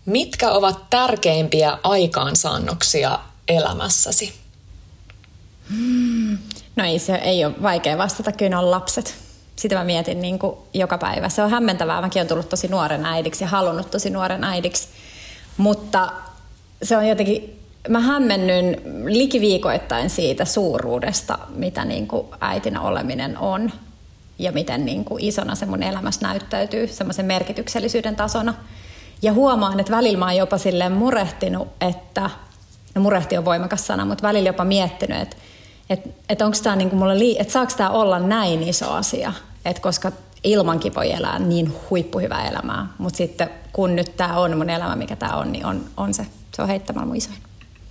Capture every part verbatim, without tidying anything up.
Mitkä ovat tärkeimpiä aikaansaannoksia elämässäsi? Hmm. No ei, se ei ole vaikea vastata, kyllä on lapset. Sitä mä mietin niin kuin joka päivä. Se on hämmentävää. Mäkin olen tullut tosi nuoren äidiksi ja halunnut tosi nuoren äidiksi. Mutta se on jotenkin, mä hämmennyn likiviikoittain siitä suuruudesta, mitä niin kuin äitinä oleminen on. Ja miten niin kuin isona se mun elämässä näyttäytyy semmoisen merkityksellisyyden tasona. Ja huomaan, että välillä mä oon jopa silleen murehtinut, että, no murehti on voimakas sana, mutta välillä jopa miettinyt, että Että et onko tämä niinku mulle, lii- että saako tämä olla näin iso asia, että koska ilmankin voi elää niin huippuhyvää elämää, mutta sitten kun nyt tämä on mun elämä, mikä tämä on, niin on, on se, se on heittämällä mun isoin.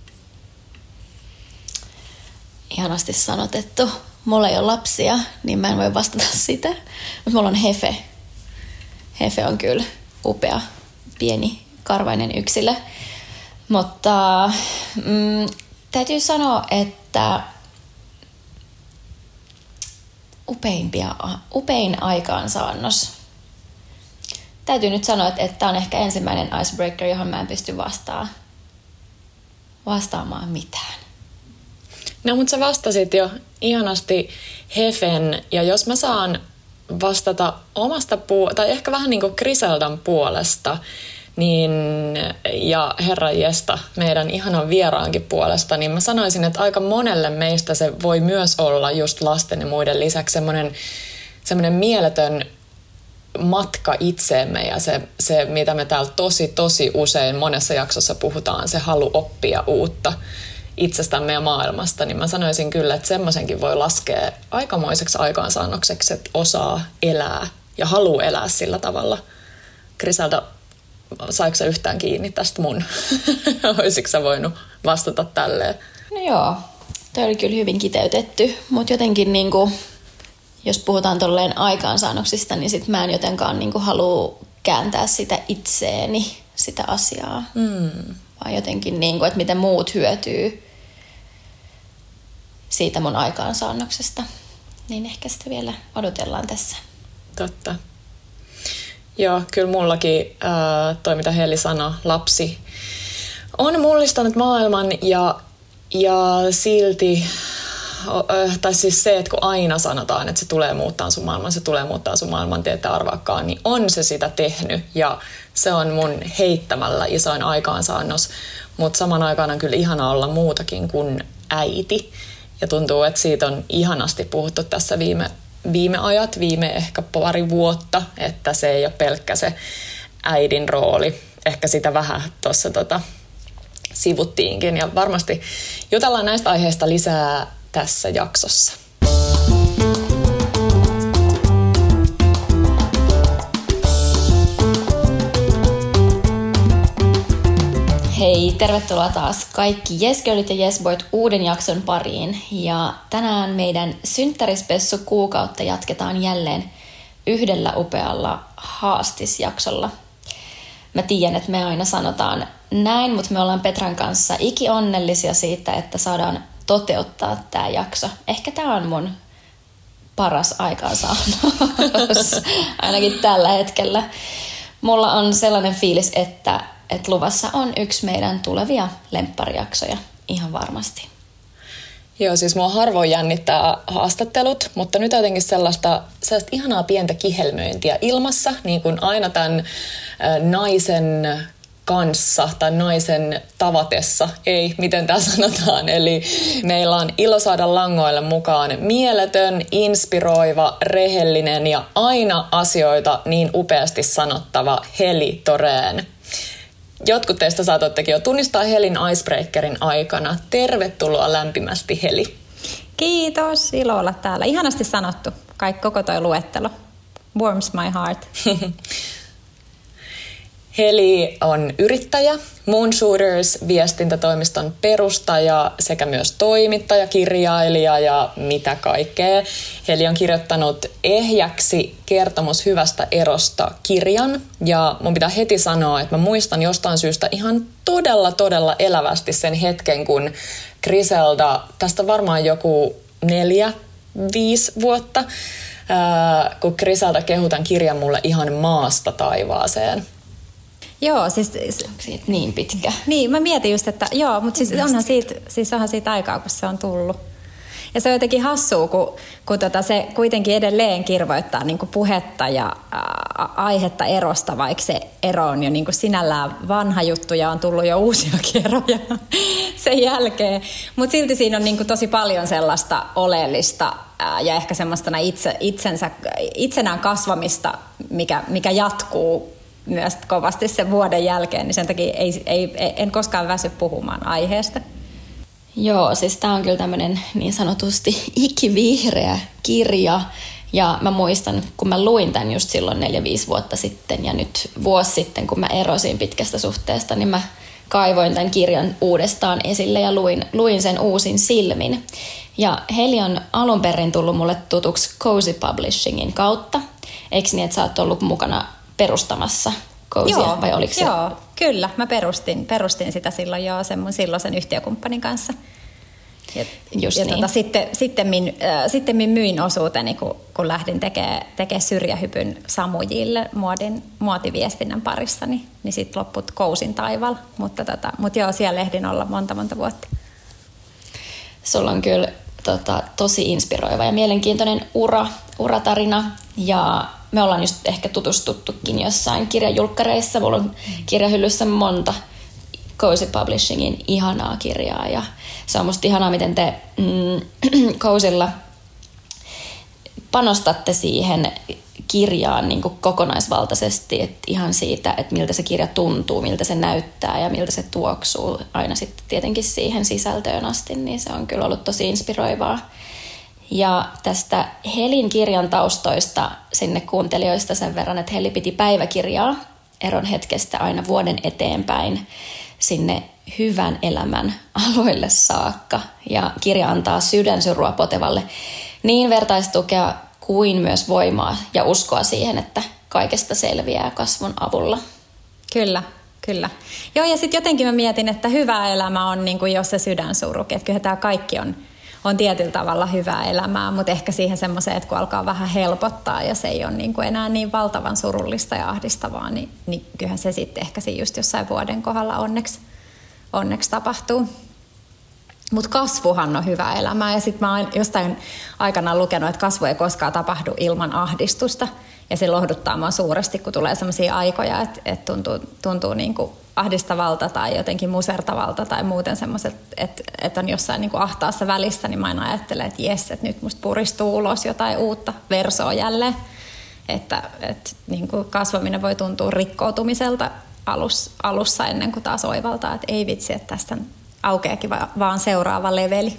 Ihanasti sanotettu. Mulla ei ole lapsia, niin mä en voi vastata sitä, mutta mulla on Hefe. Hefe on kyllä upea, pieni, karvainen yksilö, mutta mm, täytyy sanoa, että upeimpia, upein aikaansaannos. Täytyy nyt sanoa, että tämä on ehkä ensimmäinen icebreaker, johon mä en pysty vastaa, vastaamaan mitään. No, mutta sä vastasit jo ihanasti Hefen, ja jos mä saan vastata omasta puolesta, tai ehkä vähän niin kuin Griseldan puolesta, niin, ja herran jesta, meidän ihanan vieraankin puolesta, niin mä sanoisin, että aika monelle meistä se voi myös olla just lasten ja muiden lisäksi semmoinen, semmoinen mieletön matka itseemme ja se, se, mitä me täällä tosi, tosi usein monessa jaksossa puhutaan, se halu oppia uutta itsestämme ja maailmasta, niin mä sanoisin kyllä, että semmoisenkin voi laskea aikamoiseksi aikaansaannokseksi, että osaa elää ja haluaa elää sillä tavalla. Griselda, saiko sä yhtään kiinni tästä mun? Olisitko sä voinut vastata tälleen? No joo, toi oli kyllä hyvin kiteytetty, mutta jotenkin niinku, jos puhutaan tolleen aikaansaannoksista, niin sit mä en jotenkaan niinku halua kääntää sitä itseeni, sitä asiaa. Mm. Vaan jotenkin, niinku, että miten muut hyötyy siitä mun aikaansaannoksesta. Niin ehkä sitä vielä odotellaan tässä. Totta. Joo, kyllä mullakin ää, toi, mitä Heli sanoi, lapsi on mullistanut maailman ja, ja silti, tai siis se, että kun aina sanotaan, että se tulee muuttaa sun maailman, se tulee muuttaa sun maailman, te ette arvaakaan, niin on se sitä tehnyt ja se on mun heittämällä isoin aikaansaannos, mutta saman aikaan on kyllä ihana olla muutakin kuin äiti ja tuntuu, että siitä on ihanasti puhuttu tässä viime Viime ajat, viime ehkä pari vuotta, että se ei ole pelkkä se äidin rooli. Ehkä sitä vähän tuossa tota, sivuttiinkin ja varmasti jutellaan näistä aiheista lisää tässä jaksossa. Hei, tervetuloa taas kaikki Yes Girlit ja Yes Boyt uuden jakson pariin. Ja tänään meidän synttärispessu kuukautta jatketaan jälleen yhdellä upealla haastisjaksolla. Mä tiedän, että me aina sanotaan näin, mutta me ollaan Petran kanssa ikionnellisia siitä, että saadaan toteuttaa tää jakso. Ehkä tää on mun paras aikaansaannos, ainakin tällä hetkellä. Mulla on sellainen fiilis, että että luvassa on yksi meidän tulevia lempparijaksoja, ihan varmasti. Joo, siis mua harvoin jännittää haastattelut, mutta nyt jotenkin sellaista, sellaista ihanaa pientä kihelmöintiä ilmassa, niin kuin aina tämän naisen kanssa tai naisen tavatessa, ei, miten tämä sanotaan. Eli meillä on ilo saada langoille mukaan mieletön, inspiroiva, rehellinen ja aina asioita niin upeasti sanottava Heli Thorén. Jotkut teistä saatoittekin jo tunnistaa Helin icebreakerin aikana. Tervetuloa lämpimästi, Heli. Kiitos, ilo olla täällä. Ihanasti sanottu. Kaikki koko toi luettelo. Warms my heart. Heli on yrittäjä, Moonshooters-viestintätoimiston perustaja sekä myös toimittaja, kirjailija ja mitä kaikkea. Heli on kirjoittanut ehjäksi Kertomus hyvästä erosta -kirjan ja mun pitää heti sanoa, että mä muistan jostain syystä ihan todella todella elävästi sen hetken, kun Griselda, tästä varmaan joku neljä, viisi vuotta, ää, kun Griselda kehui tämän kirjan mulle ihan maasta taivaaseen. Joo, siis... Onko siitä niin pitkä? Niin, mä mietin just, että joo, mutta siis onhan siitä, siis onhan siitä aikaa, kun se on tullut. Ja se on jotenkin hassua, kun, kun tota se kuitenkin edelleen kirvoittaa niin kuin puhetta ja ä, aihetta erosta, vaikka se ero on jo niin kuin sinällään vanha juttu ja on tullut jo uusiakin eroja sen jälkeen. Mutta silti siinä on niin kuin tosi paljon sellaista oleellista ä, ja ehkä semmoista itse, itsensä, itsenään kasvamista, mikä, mikä jatkuu myös kovasti sen vuoden jälkeen. Niin sen takia ei, ei, en koskaan väsy puhumaan aiheesta. Joo, siis tää on kyllä tämmönen niin sanotusti ikivihreä kirja. Ja mä muistan, kun mä luin tän just silloin neljä viisi vuotta sitten ja nyt vuosi sitten, kun mä erosin pitkästä suhteesta, niin mä kaivoin tämän kirjan uudestaan esille ja luin, luin sen uusin silmin. Ja Heli on alun perin tullut mulle tutuksi Cozy Publishingin kautta. Eikö niin, että sä oot ollut mukana perustamassa Cozya, joo, vai oliko se? Joo, kyllä. Mä perustin, perustin sitä silloin jo sen mun silloisen yhtiökumppanin kanssa. Ja, Just ja niin. tota, sitten, sitten, min, äh, sitten min myin osuuteni, kun, kun lähdin tekemään tekee syrjähypyn Samujille muodin, muotiviestinnän parissa, niin, niin sitten lopput Kousin taivaalla. Mutta tota, mut joo, siellä ehdin olla monta monta vuotta. Sulla on kyllä tota, tosi inspiroiva ja mielenkiintoinen ura, uratarina ja me ollaan just ehkä tutustuttukin jossain kirjajulkkareissa. Mulla on kirjahyllyssä monta Cozy Publishingin ihanaa kirjaa ja se on musta ihanaa, miten te mm, Cozylla panostatte siihen kirjaan niin kuin kokonaisvaltaisesti, että ihan siitä, että miltä se kirja tuntuu, miltä se näyttää ja miltä se tuoksuu aina sitten tietenkin siihen sisältöön asti, niin se on kyllä ollut tosi inspiroivaa. Ja tästä Helin kirjan taustoista sinne kuuntelijoista sen verran, että Heli piti päiväkirjaa eron hetkestä aina vuoden eteenpäin sinne hyvän elämän aloille saakka. Ja kirja antaa sydänsurua potevalle niin vertaistukea kuin myös voimaa ja uskoa siihen, että kaikesta selviää kasvun avulla. Kyllä, kyllä. Joo, ja sitten jotenkin mä mietin, että hyvä elämä on niin kuin jo se sydänsurukin, että kyllä tämä kaikki on, on tietyllä tavalla hyvää elämää, mutta ehkä siihen semmoiseen, että kun alkaa vähän helpottaa ja se ei ole niin kuin enää niin valtavan surullista ja ahdistavaa, niin, niin kyllähän se sitten ehkä siinä just jossain vuoden kohdalla onneksi, onneksi tapahtuu. Mutta kasvuhan on hyvä elämää ja sitten mä oon jostain aikanaan lukenut, että kasvu ei koskaan tapahdu ilman ahdistusta. Ja se lohduttaa mua suuresti, kun tulee sellaisia aikoja, että, että tuntuu, tuntuu niin kuin ahdistavalta tai jotenkin musertavalta tai muuten semmoiset, että, että on jossain niin kuin ahtaassa välissä, niin mä aina ajattelen, että jes, että nyt musta puristuu ulos jotain uutta versoa jälleen. Että, että niin kuin kasvaminen voi tuntua rikkoutumiselta alus, alussa ennen kuin taas oivaltaa, että ei vitsi, että tästä aukeakin vaan seuraava leveli.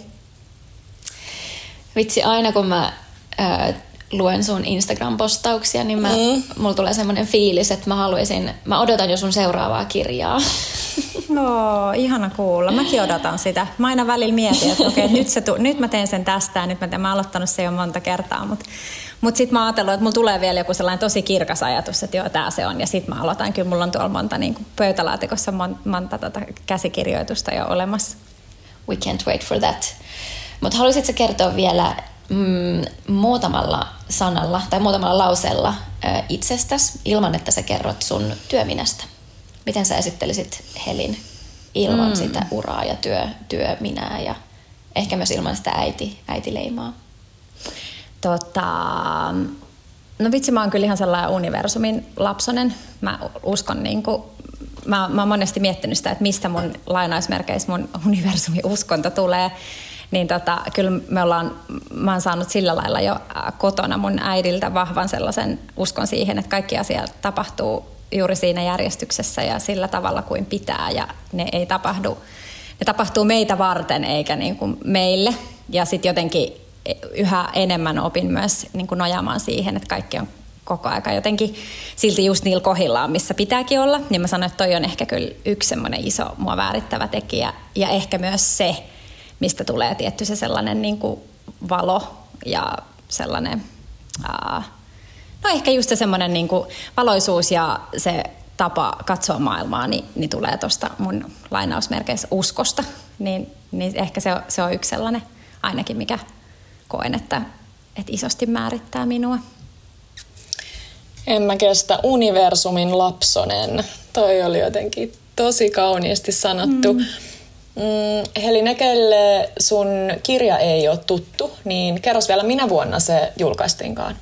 Vitsi, aina kun mä ää, luen sun Instagram-postauksia, niin mä, mm. mulla tulee semmoinen fiilis, että mä haluaisin, mä odotan jo sun seuraavaa kirjaa. No, ihana kuulla. Mäkin odotan sitä. Mä aina välillä mietin, että okei, nyt, se tu- nyt mä teen sen tästä ja nyt mä, teen, mä oon aloittanut sen jo monta kertaa, mutta mut sit mä oon ajatellut, että mulla tulee vielä joku sellainen tosi kirkas ajatus, että joo, tää se on. Ja sit mä aloitan. Kyllä mulla on tuolla monta niin kuin pöytälaatikossa mon, monta tota käsikirjoitusta jo olemassa. We can't wait for that. Mutta haluaisitko kertoa vielä mm, muutamalla sanalla tai muutamalla lauseella äh, itsestäsi ilman, että sä kerrot sun työminästä? Miten sä esittelisit Helin ilman mm. sitä uraa ja työ, työminää ja ehkä myös ilman sitä äiti, äitileimaa? Tota, no vitsi, mä oon kyllä ihan sellainen universumin lapsonen. Mä uskon niin kuin, mä, mä oon monesti miettinyt sitä, että mistä mun lainausmerkeissä mun universumin uskonto tulee. Niin tota, kyllä me ollaan, mä oon saanut sillä lailla jo kotona mun äidiltä vahvan sellaisen uskon siihen, että kaikki asiat tapahtuu juuri siinä järjestyksessä ja sillä tavalla kuin pitää ja ne ei tapahdu, ne tapahtuu meitä varten eikä niin kuin meille. Ja sitten jotenkin yhä enemmän opin myös niin kuin nojaamaan siihen, että kaikki on koko aika jotenkin silti just niillä kohdillaan, missä pitääkin olla. Niin mä sanoin, että toi on ehkä kyllä yksi semmoinen iso mua väärittävä tekijä ja ehkä myös se, mistä tulee tietty se sellainen niin kuin valo ja sellainen, aa, no ehkä just se semmoinen niin kuin valoisuus ja se tapa katsoa maailmaa, niin, niin tulee tuosta mun lainausmerkeissä uskosta. Niin, niin ehkä se on, se on yksi sellainen ainakin, mikä koen, että, että isosti määrittää minua. En mä kestä universumin lapsonen. Toi oli jotenkin tosi kauniisti sanottu. Mm. Mm, Heli, ne, kelle sun kirja ei ole tuttu, niin kerros vielä, minä vuonna se julkaistiinkaan?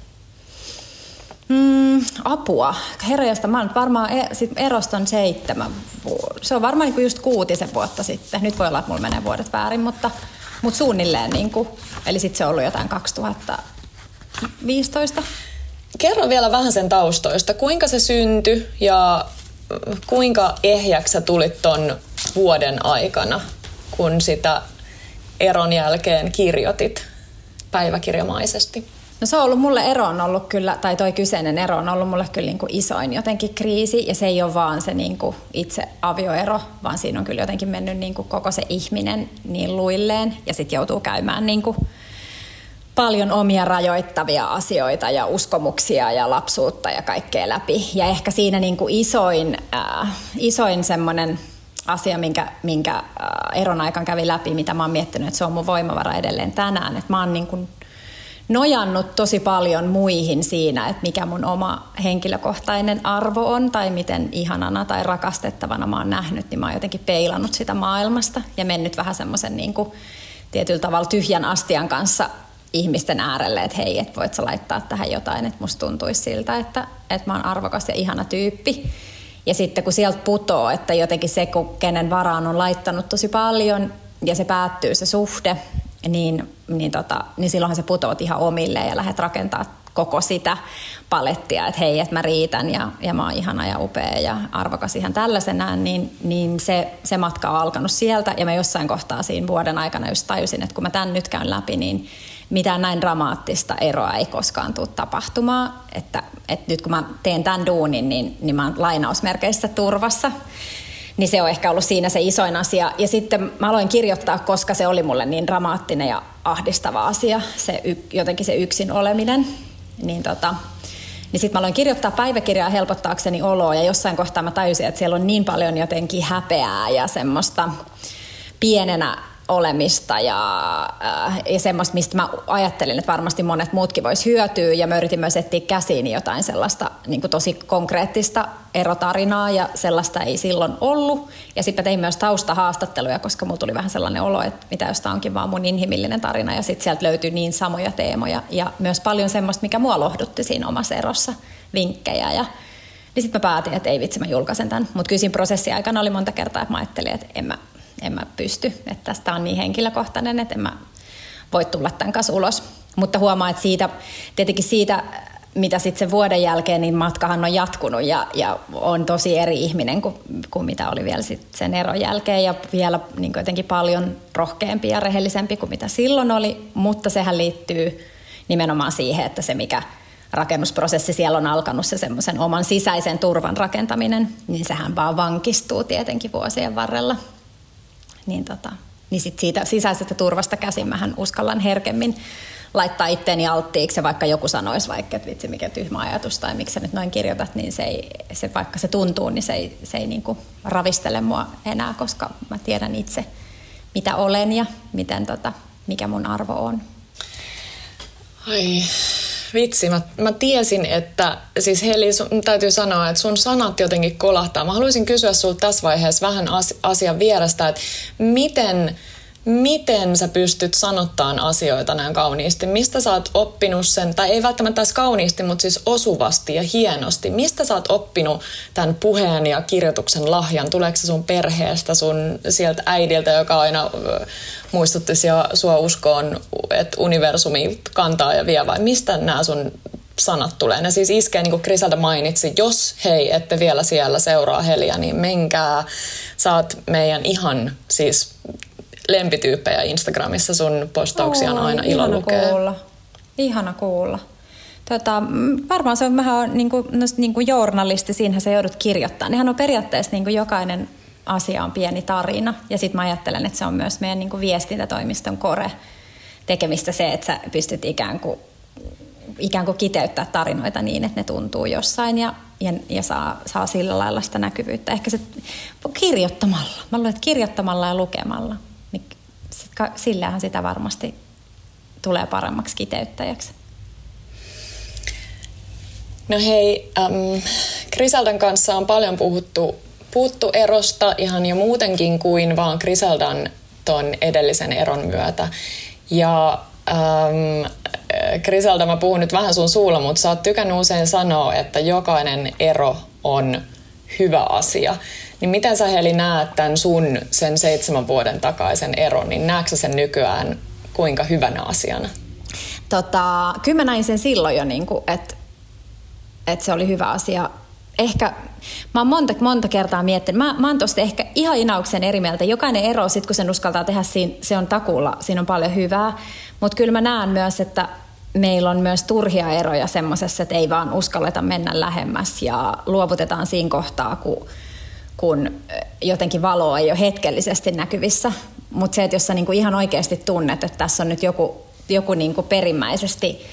Mm, apua. Herrajasta, mä oon varmaan e- sit eroston seitsemän vuotta. Se on varmaan niinku just kuutisen vuotta sitten. Nyt voi olla, että mulla menee vuodet väärin, mutta, mutta suunnilleen. Niinku, eli sitten se on ollut jotain kaksituhattaviisitoista. Kerro vielä vähän sen taustoista. Kuinka se syntyi ja kuinka ehjäksi sä tulit ton vuoden aikana, kun sitä eron jälkeen kirjoitit päiväkirjamaisesti? No se on ollut mulle ero on ollut kyllä, tai toi kyseinen ero on ollut mulle kyllä niin kuin isoin jotenkin kriisi, ja se ei ole vaan se niin kuin itse avioero, vaan siinä on kyllä jotenkin mennyt niin kuin koko se ihminen niin luilleen, ja sitten joutuu käymään niin kuin paljon omia rajoittavia asioita ja uskomuksia ja lapsuutta ja kaikkea läpi. Ja ehkä siinä niin kuin isoin, äh, isoin semmoinen asia, minkä, minkä äh, eron aikaan kävi läpi, mitä mä oon miettinyt, että se on mun voimavara edelleen tänään, että mä oon niin kuin nojannut tosi paljon muihin siinä, että mikä mun oma henkilökohtainen arvo on tai miten ihanana tai rakastettavana mä oon nähnyt, niin mä oon jotenkin peilannut sitä maailmasta ja mennyt vähän semmoisen niin kuin tietyllä tavalla tyhjän astian kanssa ihmisten äärelle, että hei, et voit sä laittaa tähän jotain, että musta tuntuisi siltä, että, että mä oon arvokas ja ihana tyyppi. Ja sitten kun sieltä putoo, että jotenkin se, kenen varaan on laittanut tosi paljon ja se päättyy se suhde, niin, niin, tota, niin silloinhan se putoat ihan omilleen ja lähdet rakentaa koko sitä palettia, että hei, että mä riitän ja, ja mä oon ihana ja upea ja arvokas ihan tällaisenään, niin, niin se, se matka on alkanut sieltä ja mä jossain kohtaa siinä vuoden aikana just tajusin, että kun mä tän nyt käyn läpi, niin mitään näin dramaattista eroa ei koskaan tule tapahtumaan, että, että nyt kun mä teen tämän duunin, niin, niin mä oon lainausmerkeissä turvassa. Niin se on ehkä ollut siinä se isoin asia. Ja sitten mä aloin kirjoittaa, koska se oli mulle niin dramaattinen ja ahdistava asia, se jotenkin se yksin oleminen. Niin, tota, niin sitten mä aloin kirjoittaa päiväkirjaa helpottaakseni oloa, ja jossain kohtaa mä tajusin, että siellä on niin paljon jotenkin häpeää ja semmoista pienenä olemista ja, äh, ja semmoista, mistä mä ajattelin, että varmasti monet muutkin vois hyötyä, ja mä yritin myös etsiä käsiini jotain sellaista niin kuin tosi konkreettista erotarinaa, ja sellaista ei silloin ollut. Ja sitten tein myös taustahaastatteluja, koska mulla tuli vähän sellainen olo, että mitä jos tää onkin vaan mun inhimillinen tarina, ja sitten sieltä löytyi niin samoja teemoja, ja myös paljon semmoista, mikä mua lohdutti siinä omassa erossa, vinkkejä, ja niin sitten mä päätin, että ei vitsi, mä julkaisen tämän. Mutta kyllä siinä prosessin aikana oli monta kertaa, että mä ajattelin, että en mä En mä pysty, että tästä on niin henkilökohtainen, että en mä voi tulla tämän kanssa ulos. Mutta huomaa, että siitä, tietenkin siitä, mitä sitten sen vuoden jälkeen, niin matkahan on jatkunut ja, ja on tosi eri ihminen kuin, kuin mitä oli vielä sit sen eron jälkeen. Ja vielä niin jotenkin paljon rohkeampi ja rehellisempi kuin mitä silloin oli, mutta sehän liittyy nimenomaan siihen, että se mikä rakennusprosessi siellä on alkanut, se semmoisen oman sisäisen turvan rakentaminen, niin sehän vaan vankistuu tietenkin vuosien varrella. Niin, tota, niin sit siitä sisäisestä turvasta käsin mähän uskallan herkemmin laittaa itteeni alttiiksi, ja vaikka joku sanoisi vaikka, että vitsi mikä tyhmä ajatus tai miksi sä nyt noin kirjoitat, niin se ei, se, vaikka se tuntuu, niin se ei, se ei niinku ravistele mua enää, koska mä tiedän itse mitä olen ja miten, tota, mikä mun arvo on. Ai vitsi, mä, mä tiesin, että siis Heli, sun, täytyy sanoa, että sun sanat jotenkin kolahtaa. Mä haluaisin kysyä sulta tässä vaiheessa vähän as, asian vierestä, että miten, miten sä pystyt sanottaan asioita näin kauniisti? Mistä sä oot oppinut sen, tai ei välttämättä edes kauniisti, mutta siis osuvasti ja hienosti. Mistä sä oot oppinut tämän puheen ja kirjoituksen lahjan? Tuleeko se sun perheestä, sun sieltä äidiltä, joka aina muistutti sua uskoon, että universumi kantaa ja vie, vai mistä nämä sun sanat tulee? Ne siis iskee, niin kuin Griselda mainitsi, jos hei, ette vielä siellä seuraa Heliä, niin menkää. Sä oot meidän ihan siis lempityyppejä Instagramissa, sun postauksia on aina ilo lukea. Kuulla. Ihana kuulla. Tota, varmaan se on vähän niin kuin, no, niin kuin journalisti, siinähän sä joudut kirjoittamaan. Nehän on periaatteessa niin kuin jokainen asia on pieni tarina. Ja sitten mä ajattelen, että se on myös meidän niin kuin viestintätoimiston core tekemistä se, että sä pystyt ikään kuin, ikään kuin kiteyttää tarinoita niin, että ne tuntuu jossain ja, ja, ja saa, saa sillä lailla sitä näkyvyyttä. Ehkä se kirjoittamalla. Mä luulen, että kirjoittamalla ja lukemalla. Niin sillähän sitä varmasti tulee paremmaksi kiteyttäjäksi. No hei, äm, Griseldan kanssa on paljon puhuttu, puhuttu erosta ihan jo muutenkin kuin vaan Griseldan ton edellisen eron myötä. Ja äm, Griselda, mä puhun nyt vähän sun suulla, mutta sä oot tykännyt usein sanoa, että jokainen ero on hyvä asia. Niin miten sä, Heli, näet tämän sun sen seitsemän vuoden takaisen eron, niin näetkö sä sen nykyään kuinka hyvänä asiana? Tota, kyllä mä näin sen silloin jo, niin että et se oli hyvä asia. Ehkä, mä oon monta, monta kertaa miettinyt, mä, mä oon tosta ehkä ihan inauksen eri mieltä. Jokainen ero, sit kun sen uskaltaa tehdä, siinä, se on takuulla, siinä on paljon hyvää. Mutta kyllä mä näen myös, että meillä on myös turhia eroja semmoisessa, että ei vaan uskalleta mennä lähemmäs ja luovutetaan siinä kohtaa, kun, kun jotenkin valoa ei ole hetkellisesti näkyvissä. Mutta se, että jos sä niinku ihan oikeasti tunnet, että tässä on nyt joku, joku niinku perimmäisesti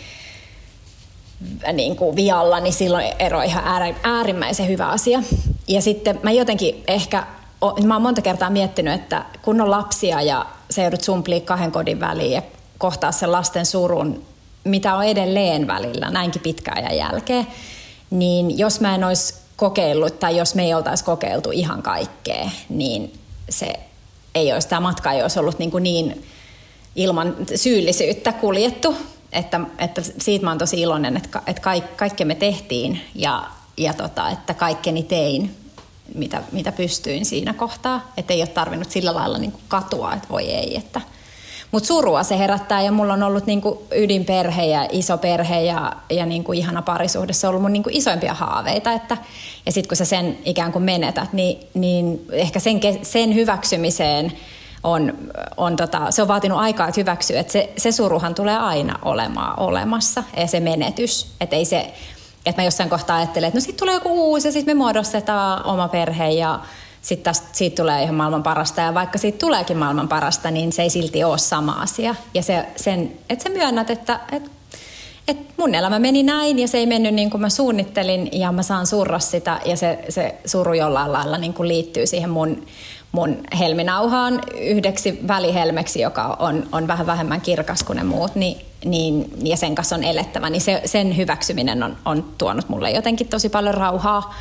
niinku vialla, niin silloin ero on ihan äärimmäisen hyvä asia. Ja sitten mä jotenkin ehkä, mä oon monta kertaa miettinyt, että kun on lapsia ja sä joudut sumpliin kahden kodin väliin ja kohtaa sen lasten surun, mitä on edelleen välillä näinkin pitkän ajan jälkeen, niin jos mä en olisi kokeillut tai jos me ei oltaisi kokeiltu ihan kaikkea, niin se ei olisi, tämä matka ei olisi ollut niin, kuin niin ilman syyllisyyttä kuljettu, että, että siitä mä oon tosi iloinen, että, että kaik, kaikki me tehtiin ja, ja tota, että kaikkeni tein, mitä, mitä pystyin siinä kohtaa, että ei ole tarvinnut sillä lailla niin kuin katua, että voi ei, että mutta surua se herättää ja mulla on ollut niinku ydinperhe ja iso perhe ja, ja niinku ihana parisuhde. Se on ollut mun niinku isoimpia haaveita. Että, ja sitten kun sä sen ikään kuin menetät, niin, niin ehkä sen, sen hyväksymiseen on, on tota, se on vaatinut aikaa, että hyväksyy. Että se, se suruhan tulee aina olemaan olemassa ja se menetys. Että ei se, että mä jossain kohtaa ajattelen, että no sit tulee joku uusi ja sitten me muodostetaan oma perhe ja sitten siitä tulee ihan maailman parasta ja vaikka siitä tuleekin maailman parasta, niin se ei silti ole sama asia. Ja se, sen, että sä myönnät, että et, et mun elämä meni näin ja se ei mennyt niin kuin mä suunnittelin ja mä saan surra sitä ja se, se suru jollain lailla niin kuin liittyy siihen mun, mun helminauhaan yhdeksi välihelmeksi, joka on, on vähän vähemmän kirkas kuin ne muut niin, niin, ja sen kanssa on elettävä. Niin se, sen hyväksyminen on, on tuonut mulle jotenkin tosi paljon rauhaa.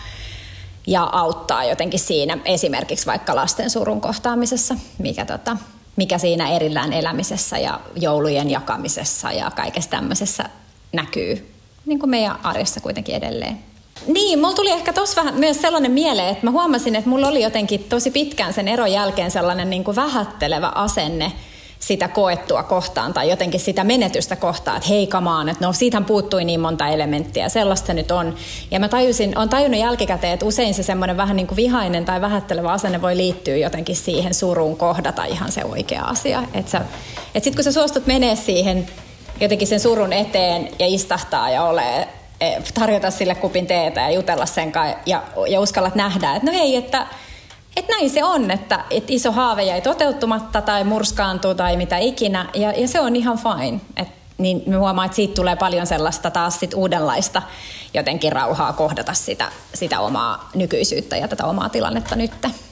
Ja auttaa jotenkin siinä esimerkiksi vaikka lasten surun kohtaamisessa, mikä, tota, mikä siinä erillään elämisessä ja joulujen jakamisessa ja kaikessa tämmöisessä näkyy niin kuin meidän arjessa kuitenkin edelleen. Niin, mulla tuli ehkä tossa vähän myös sellainen mieleen, että mä huomasin, että mulla oli jotenkin tosi pitkään sen eron jälkeen sellainen niin kuin vähättelevä asenne sitä koettua kohtaan tai jotenkin sitä menetystä kohtaan, että hei kamaan, että no siitähän puuttui niin monta elementtiä, sellaista nyt on. Ja mä tajusin, olen tajunnut jälkikäteen, että usein se semmoinen vähän niin kuin vihainen tai vähättelevä asenne voi liittyä jotenkin siihen suruun kohdata ihan se oikea asia. Että et sitten kun sä suostut menee siihen jotenkin sen surun eteen ja istahtaa ja ole, tarjota sille kupin teetä ja jutella sen kanssa ja, ja uskallat nähdä, että no hei, että Että näin se on, että, että iso haave jäi toteutumatta tai murskaantuu tai mitä ikinä, ja, ja se on ihan fine. Et, niin me huomaa, että siitä tulee paljon sellaista taas sit uudenlaista jotenkin rauhaa kohdata sitä, sitä omaa nykyisyyttä ja tätä omaa tilannetta nyt.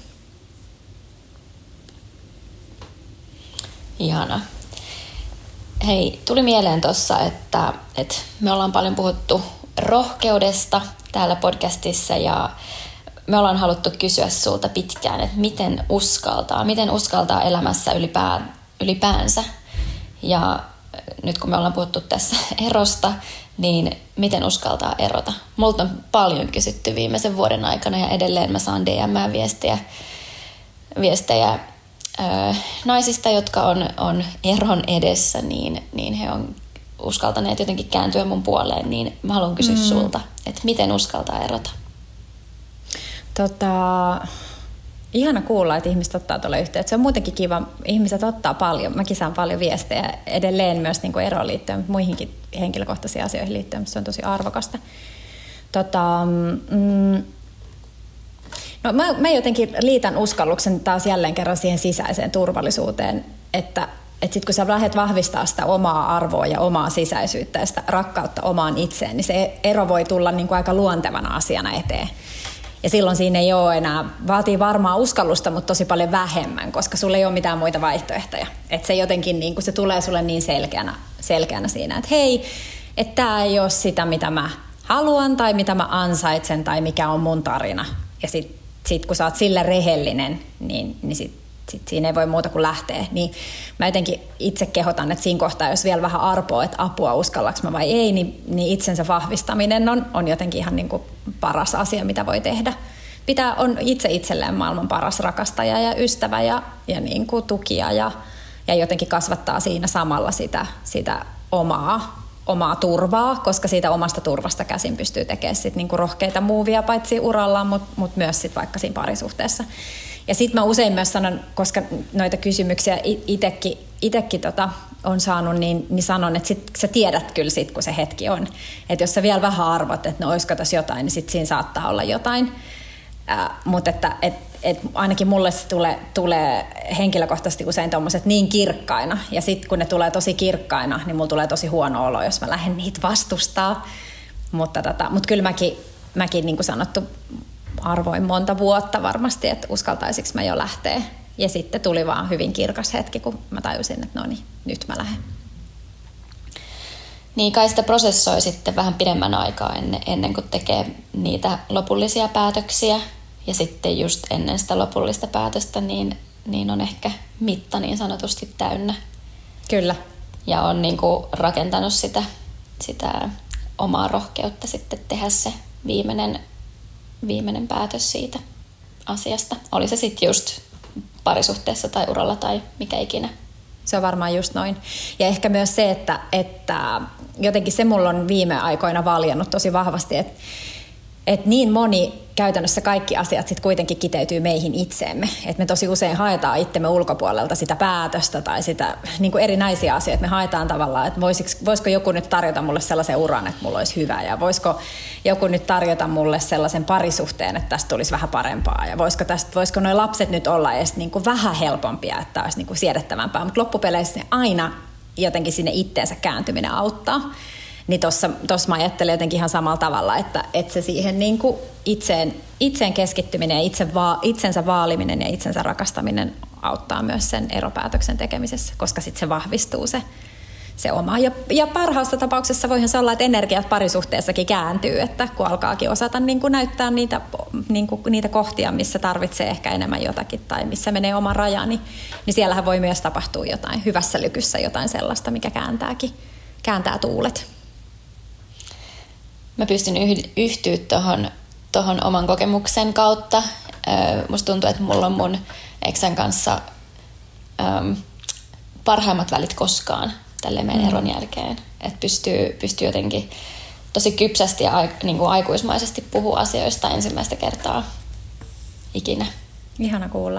Ihana. Hei, tuli mieleen tuossa, että, että me ollaan paljon puhuttu rohkeudesta täällä podcastissa ja me ollaan haluttu kysyä sulta pitkään, että miten uskaltaa, miten uskaltaa elämässä ylipään, ylipäänsä. Ja nyt kun me ollaan puhuttu tässä erosta, niin miten uskaltaa erota? Multa on paljon kysytty viimeisen vuoden aikana ja edelleen mä saan D M-viestejä viestejä, ö, naisista, jotka on, on eron edessä, niin, niin he on uskaltaneet jotenkin kääntyä mun puoleen. Niin mä haluan kysyä mm. sulta, että miten uskaltaa erota? Tota, ihana kuulla, että ihmiset ottaa tuolle yhteyttä. Se on muutenkin kiva. Ihmiset ottaa paljon. Mäkin saan paljon viestejä edelleen myös niin kuin eroon liittyen, muihinkin henkilökohtaisiin asioihin liittyen. Se on tosi arvokasta. Tota, mm, no mä, mä jotenkin liitän uskalluksen taas jälleen kerran siihen sisäiseen turvallisuuteen, että että sitten kun sä lähdet vahvistaa sitä omaa arvoa ja omaa sisäisyyttä ja sitä rakkautta omaan itseen, niin se ero voi tulla niin kuin aika luontevana asiana eteen. Ja silloin siinä ei ole enää, vaatii varmaa uskallusta, mutta tosi paljon vähemmän, koska sulla ei ole mitään muita vaihtoehtoja. Että se jotenkin niin kuin se tulee sulle niin selkeänä, selkeänä siinä, että hei, että tämä ei ole sitä, mitä mä haluan tai mitä mä ansaitsen tai mikä on mun tarina. Ja sit, sit kun sä oot sillä rehellinen, niin, niin sit, sit siinä ei voi muuta kuin lähteä. Niin mä jotenkin itse kehotan, että siinä kohtaa, jos vielä vähän arpoa, että apua uskallaks mä vai ei, niin, niin itsensä vahvistaminen on, on jotenkin ihan niin kuin paras asia, mitä voi tehdä. Pitää on itse itselleen maailman paras rakastaja ja ystävä ja, ja niin kuin tukija ja, ja jotenkin kasvattaa siinä samalla sitä, sitä omaa, omaa turvaa, koska siitä omasta turvasta käsin pystyy tekemään sit niin kuin rohkeita muuvia paitsi urallaan, mutta mut myös sit vaikka siinä parisuhteessa. Ja sitten mä usein myös sanon, koska noita kysymyksiä itekin, itekin tota on saanut, niin, niin sanon, että sit sä tiedät kyllä sit, kun se hetki on. Että jos sä vielä vähän arvot, että no olisiko tässä jotain, niin sit siinä saattaa olla jotain. Äh, mutta että et, et ainakin mulle se tulee, tulee henkilökohtaisesti usein tommoset niin kirkkaina. Ja sitten kun ne tulee tosi kirkkaina, niin mulla tulee tosi huono olo, jos mä lähden niitä vastustaa. Mutta tota, mut kyllä mäkin, mäkin niin kuin sanottu, arvoin monta vuotta varmasti, että uskaltaisinko mä jo lähteä. Ja sitten tuli vaan hyvin kirkas hetki, kun mä tajusin, että no niin, nyt mä lähden. Niin kai sitä prosessoi sitten vähän pidemmän aikaa ennen, ennen kuin tekee niitä lopullisia päätöksiä. Ja sitten just ennen sitä lopullista päätöstä, niin, niin on ehkä mitta niin sanotusti täynnä. Kyllä. Ja on niin kuin rakentanut sitä, sitä omaa rohkeutta sitten tehdä se viimeinen, viimeinen päätös siitä asiasta. Oli se sitten just parisuhteessa tai uralla tai mikä ikinä. Se on varmaan just noin. Ja ehkä myös se, että, että jotenkin se mulla on viime aikoina valjennut tosi vahvasti, että, että niin moni käytännössä kaikki asiat sitten kuitenkin kiteytyy meihin itseemme. Että me tosi usein haetaan itsemme ulkopuolelta sitä päätöstä tai sitä niin kuin erinäisiä asioita. Me haetaan tavallaan, että voisiko, voisiko joku nyt tarjota mulle sellaisen uran, että mulla olisi hyvä. Ja voisiko joku nyt tarjota mulle sellaisen parisuhteen, että tästä tulisi vähän parempaa. Ja voisiko, tästä, voisiko nuo lapset nyt olla edes niin kuin vähän helpompia, että olisi niin kuin siedettävämpää. Mutta loppupeleissä aina jotenkin sinne itteensä kääntyminen auttaa. Niin tossa, tossa mä ajattelen jotenkin ihan samalla tavalla, että, että se siihen niin kuin itseen, itseen keskittyminen ja itse va, itsensä vaaliminen ja itsensä rakastaminen auttaa myös sen eropäätöksen tekemisessä, koska sitten se vahvistuu se, se oma. Ja, ja parhaassa tapauksessa voihan se olla, että energiat parisuhteessakin kääntyy, että kun alkaakin osata niin kuin näyttää niitä, niin kuin, niitä kohtia, missä tarvitsee ehkä enemmän jotakin tai missä menee oma raja, niin, niin siellähän voi myös tapahtua jotain hyvässä lykyssä, jotain sellaista, mikä kääntääkin, kääntää tuulet. Mä pystyn yhtyä tuohon tohon oman kokemuksen kautta. Musta tuntuu, että mulla on mun eksän kanssa äm, parhaimmat välit koskaan tälle meidän mm. eron jälkeen. Että pystyy, pystyy jotenkin tosi kypsästi ja niin kuin aikuismaisesti puhua asioista ensimmäistä kertaa ikinä. Ihana kuulla.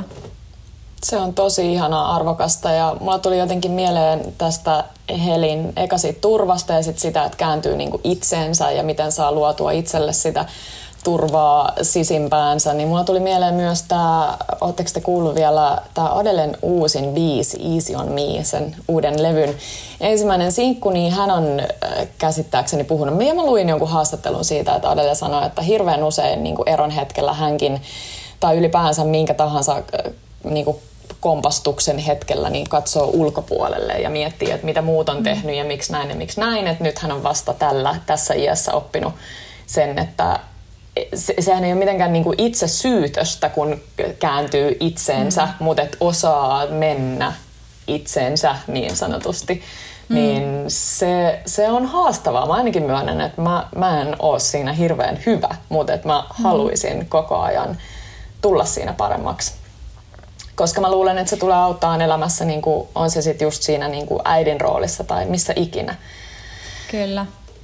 Se on tosi ihanaa, arvokasta ja mulla tuli jotenkin mieleen tästä Helin eka siitä turvasta ja sit sitä, että kääntyy niinku itseensä ja miten saa luotua itselle sitä turvaa sisimpäänsä. Niin mulla tuli mieleen myös tämä, ootteko te kuullut vielä, tämä Adelen uusin biisi Easy on Me, sen uuden levyn ensimmäinen sinkku, niin hän on käsittääkseni puhunut. Ja mä luin jonkun haastattelun siitä, että Adele sanoi, että hirveän usein niin kuin eron hetkellä hänkin, tai ylipäänsä minkä tahansa niin kuin kompastuksen hetkellä niin katsoo ulkopuolelle ja miettii, että mitä muut on tehnyt ja miksi näin ja miksi näin. Että nyt hän on vasta tällä, tässä iässä oppinut sen, että se, sehän ei ole mitenkään niin kuin itse syytöstä, kun kääntyy itseensä, mm. mutta et osaa mennä itseensä niin sanotusti. Mm. Niin se, se on haastavaa. Mä ainakin myönnän, että mä, mä en ole siinä hirveän hyvä, mutta että mä mm. haluaisin koko ajan tulla siinä paremmaksi. Koska mä luulen, että se tulee auttaa elämässä, niin kuin on se sitten just siinä niin kuin äidin roolissa tai missä ikinä. Kyllä.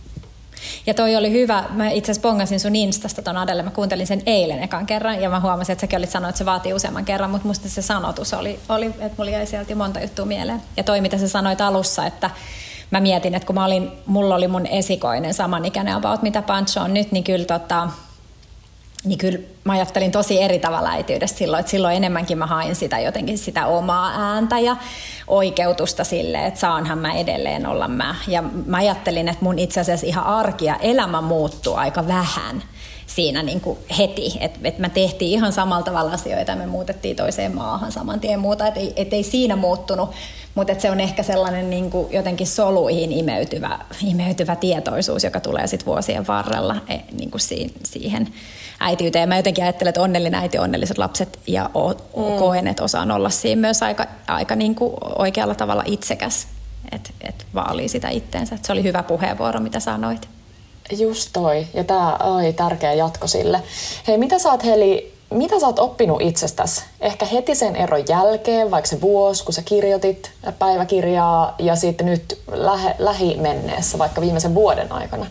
Ja toi oli hyvä. Mä itse asiassa bongasin sun Instasta ton Adelle. Mä kuuntelin sen eilen ekan kerran ja mä huomasin, että säkin olit sanonut, että se vaatii useamman kerran, mutta musta se sanotus oli, oli että mulla jäi sieltä monta juttua mieleen. Ja toi, mitä sä sanoit alussa, että mä mietin, että kun mä olin, mulla oli mun esikoinen samanikäinen about, mitä Pancho on nyt, niin kyllä tota... Niin kyllä mä ajattelin tosi eri tavalla äityydestä silloin, että silloin enemmänkin mä hain sitä jotenkin sitä omaa ääntä ja oikeutusta sille, että saanhan mä edelleen olla mä. Ja mä ajattelin, että mun itse asiassa ihan arki ja elämä muuttuu aika vähän. siinä niin kuin heti, että et me tehtiin ihan samalla tavalla asioita ja me muutettiin toiseen maahan saman tien muuta, että ei, et ei siinä muuttunut, mutta se on ehkä sellainen niin kuin jotenkin soluihin imeytyvä, imeytyvä tietoisuus, joka tulee sitten vuosien varrella niin kuin siihen äitiyteen. Mä jotenkin ajattelen, että onnellinen äiti, onnelliset lapset ja o, mm. koen, että osaan olla siinä myös aika, aika niin kuin oikealla tavalla itsekäs, että et vaalii sitä itteensä. Et se oli hyvä puheenvuoro, mitä sanoit. Just toi, ja tää oli tärkeä jatko sille. Hei, mitä sä oot, Heli, mitä sä oot oppinut itsestäsi? Ehkä heti sen eron jälkeen, vaikka se vuosi, kun sä kirjoitit päiväkirjaa, ja sitten nyt lähe, lähimenneessä, vaikka viimeisen vuoden aikana?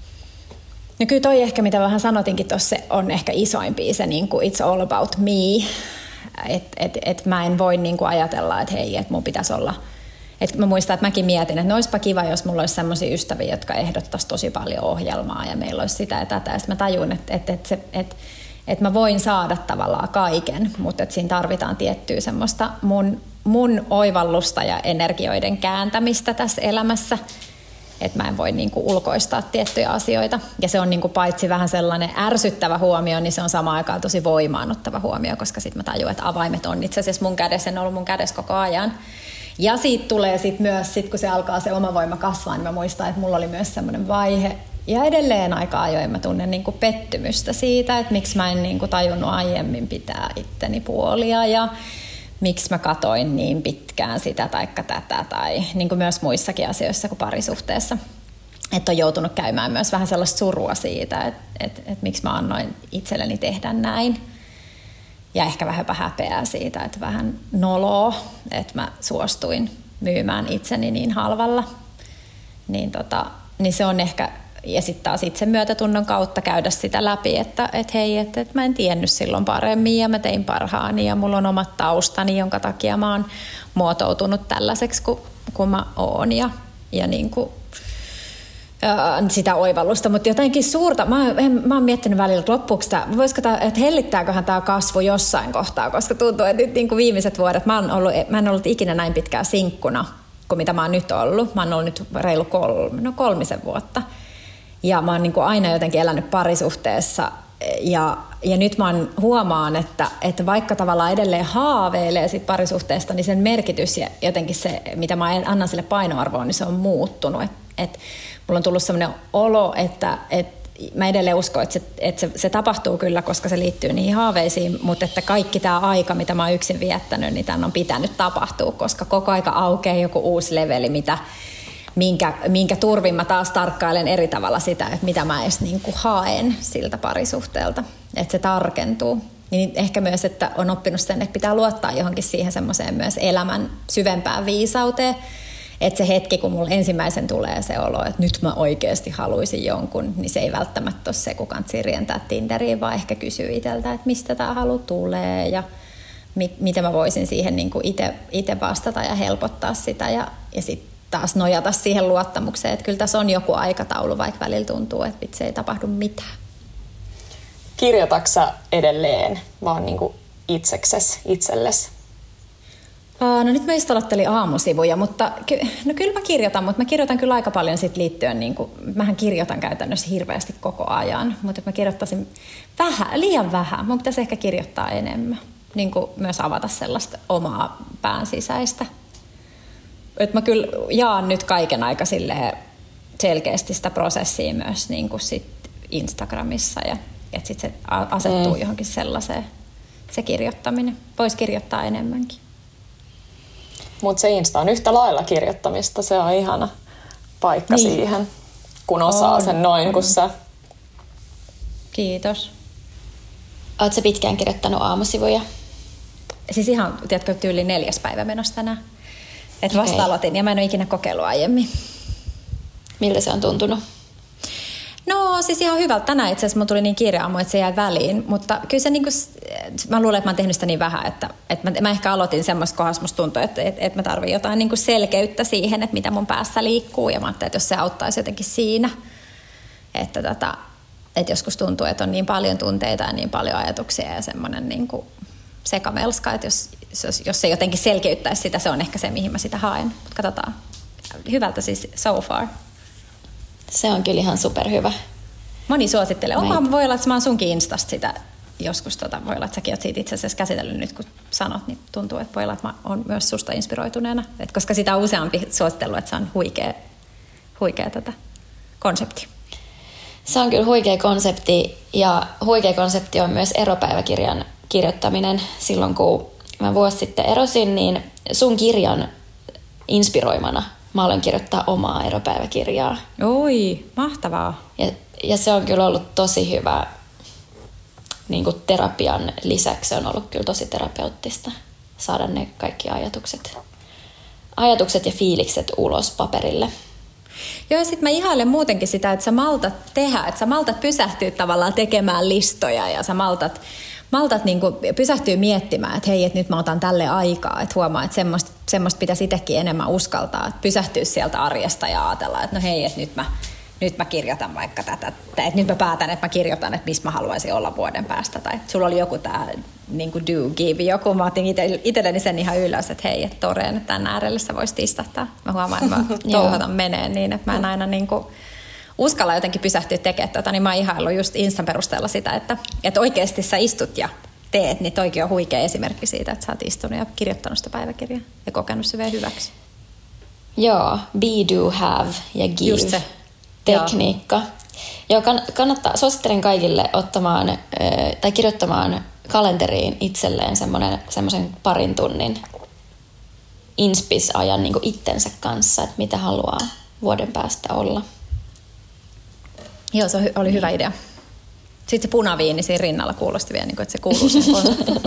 No kyllä toi ehkä, mitä vähän sanotinkin tuossa, on ehkä isoimpia se niin kuin it's all about me. Että et, et mä en voi niin kuin ajatella, että hei, että mun pitäisi olla. Et mä muistan, että mäkin mietin, että no olisipa kiva, jos mulla olisi sellaisia ystäviä, jotka ehdottaisi tosi paljon ohjelmaa ja meillä olisi sitä ja tätä. Ja sitten mä tajun, että, että, että, se, että, että mä voin saada tavallaan kaiken, mutta että siinä tarvitaan tiettyä semmoista mun, mun oivallusta ja energioiden kääntämistä tässä elämässä. Että mä en voi niinku ulkoistaa tiettyjä asioita. Ja se on niinku paitsi vähän sellainen ärsyttävä huomio, niin se on samaan aikaan tosi voimaanottava huomio, koska sitten mä tajun, että avaimet on itse asiassa mun kädessä, ne on ollut mun kädessä koko ajan. Ja siitä tulee sitten myös, sit kun se alkaa se oma voima kasvaa, niin mä muistan, että mulla oli myös semmoinen vaihe. Ja edelleen aika ajoin mä tunnen niinku pettymystä siitä, että miksi mä en niinku tajunnut aiemmin pitää itteni puolia ja miksi mä katoin niin pitkään sitä taikka tätä tai niin kuin myös muissakin asioissa kuin parisuhteessa. Että on joutunut käymään myös vähän sellaista surua siitä, että, että, että miksi mä annoin itselleni tehdä näin. Ja ehkä vähän häpeää siitä, että vähän noloa, että mä suostuin myymään itseni niin halvalla. Niin, tota, niin se on ehkä, ja sitten taas itse myötätunnon kautta käydä sitä läpi, että et hei, että et mä en tiennyt silloin paremmin ja mä tein parhaani ja mulla on omat taustani, jonka takia mä oon muotoutunut tällaiseksi kuin kun mä oon ja, ja niin kuin, ää, sitä oivallusta, mutta jotenkin suurta, mä, en, mä oon miettinyt välillä, että loppuuko tämä, voisiko tämä, että hellittääköhän tämä kasvu jossain kohtaa, koska tuntuu, että nyt niin kuin viimeiset vuodet, mä, oon ollut, mä en ollut ikinä näin pitkään sinkkuna kuin mitä mä oon nyt ollut, mä oon ollut nyt reilu kolme, no kolmisen vuotta. Ja mä oon niin kuin aina jotenkin elänyt parisuhteessa ja, ja nyt mä huomaan, että, että vaikka tavallaan edelleen haaveilee sit parisuhteesta, niin sen merkitys ja jotenkin se, mitä mä annan sille painoarvoon, niin se on muuttunut. Et, et mulla on tullut sellainen olo, että et mä edelleen uskon, että, se, että se, se tapahtuu kyllä, koska se liittyy niihin haaveisiin, mutta että kaikki tämä aika, mitä mä oon yksin viettänyt, niin tämän on pitänyt tapahtua, koska koko aika aukeaa joku uusi leveli, mitä Minkä, minkä turvin mä taas tarkkailen eri tavalla sitä, että mitä mä edes niin kuin haen siltä parisuhteelta, että se tarkentuu. Niin ehkä myös, että on oppinut sen, että pitää luottaa johonkin siihen semmoiseen myös elämän syvempään viisauteen, että se hetki, kun mulla ensimmäisen tulee se olo, että nyt mä oikeasti haluaisin jonkun, niin se ei välttämättä ole se, kun kantsii rientää Tinderiin, vaan ehkä kysyy itseltä, että mistä tää halu tulee ja mi- miten mä voisin siihen niin kuin itse vastata ja helpottaa sitä ja, ja sitten taas nojata siihen luottamukseen, että kyllä tässä on joku aikataulu, vaikka välillä tuntuu, että se ei tapahdu mitään. Kirjoitatko sä edelleen vaan niin kuin itseksesi, itsellesi? No nyt mä just aloittelin aamusivuja, mutta ky- no kyllä mä kirjoitan, mutta mä kirjoitan kyllä aika paljon sit liittyen, niin kuin, mähän kirjoitan käytännössä hirveästi koko ajan, mutta mä kirjoittaisin vähän, liian vähän, mun pitäisi ehkä kirjoittaa enemmän, niin kuin myös avata sellaista omaa pään sisäistä. Et mä kyllä jaan nyt kaiken aika selkeästi sitä prosessia myös niin kuin sit Instagramissa ja että sit se asettuu mm. johonkin sellaiseen se kirjoittaminen. Voisi kirjoittaa enemmänkin. Mutta se Insta on yhtä lailla kirjoittamista, se on ihana paikka niin. siihen, kun osaa on. sen noin kuin sä. Kiitos. Oletko sä pitkään kirjoittanut aamusivuja? Siis ihan, tiedätkö, tyyli neljäs päivä menossa tänään. Että vasta okay. aloitin ja mä en ole ikinä kokeillut aiemmin. Miltä se on tuntunut? No siis ihan hyvältä. Tänään itse asiassa mulla tuli niin kiire aamu, että se jäi väliin. Mutta kyllä se niinku, mä luulen, että mä oon tehnyt sitä niin vähän, että, että mä, mä ehkä aloitin semmoista kohdassa, musta tuntuu, että, että, että mä tarvitsen jotain niinku selkeyttä siihen, että mitä mun päässä liikkuu. Ja mä ajattelin, että jos se auttaisi jotenkin siinä, että, tota, että joskus tuntuu, että on niin paljon tunteita ja niin paljon ajatuksia ja semmoinen niinku sekamelska, että jos, jos, jos se jotenkin selkeyttäisi sitä, se on ehkä se, mihin mä sitä haen. Mutta katsotaan. Hyvältä siis so far. Se on kyllä ihan superhyvä. Moni suosittelee. Onkohan voi olla, että mä oon sunkin Instasta sitä joskus, tota, voi olla, että säkin oot siitä itse asiassa käsitellyt nyt, kun sanot, niin tuntuu, että voi olla, että mä oon myös susta inspiroituneena. Et koska sitä on useampi suositellut, että se on huikea, huikea tota, konsepti. Se on kyllä huikea konsepti, ja huikea konsepti on myös eropäiväkirjan kirjoittaminen. Silloin kun mä vuosi sitten erosin, niin sun kirjan inspiroimana mä aloin kirjoittaa omaa eropäiväkirjaa. Oi, mahtavaa. Ja, ja se on kyllä ollut tosi hyvä, niin kuin terapian lisäksi se on ollut kyllä tosi terapeuttista saada ne kaikki ajatukset, ajatukset ja fiilikset ulos paperille. Joo, ja sitten mä ihailen muutenkin sitä, että sä maltat tehdä, että sä maltat pysähtyä tavallaan tekemään listoja ja sä maltat, maltat niinku pysähtyä miettimään, että hei, että nyt mä otan tälle aikaa, että huomaa, että semmoista, semmoista pitäisi itsekin enemmän uskaltaa, että pysähtyä sieltä arjesta ja ajatella, että no hei, että nyt mä, nyt mä kirjoitan vaikka tätä, että nyt mä päätän, että mä kirjoitan, että missä mä haluaisin olla vuoden päästä, tai sulla oli joku tää niin kuin do give, joku, mä otin ite, itselleni sen ihan ylös, että hei, että toreen, että tämän äärelle sä voisit istahtaa. Mä huomaan, että mä touhotan meneen niin, että mä en aina niin kuin uskalla jotenkin pysähtyä tekemään tätä, niin mä oon ihaillut just Instan perusteella sitä, että, että oikeasti sä istut ja teet, niin toikin on huikea esimerkki siitä, että sä oot istunut ja kirjoittanut sitä päiväkirjaa ja kokenut se vielä hyväksi. Joo, be, do, have ja give. Just se. Tekniikka. Joo, kannattaa, suosittelen kaikille ottamaan tai kirjoittamaan kalenteriin itselleen semmoisen parin tunnin inspis-ajan niin kuin itsensä kanssa, että mitä haluaa vuoden päästä olla. Joo, se oli hyvä idea. Sitten se punaviini siinä rinnalla kuulosti vielä, niin kuin, että se kuuluu sen konseptiin.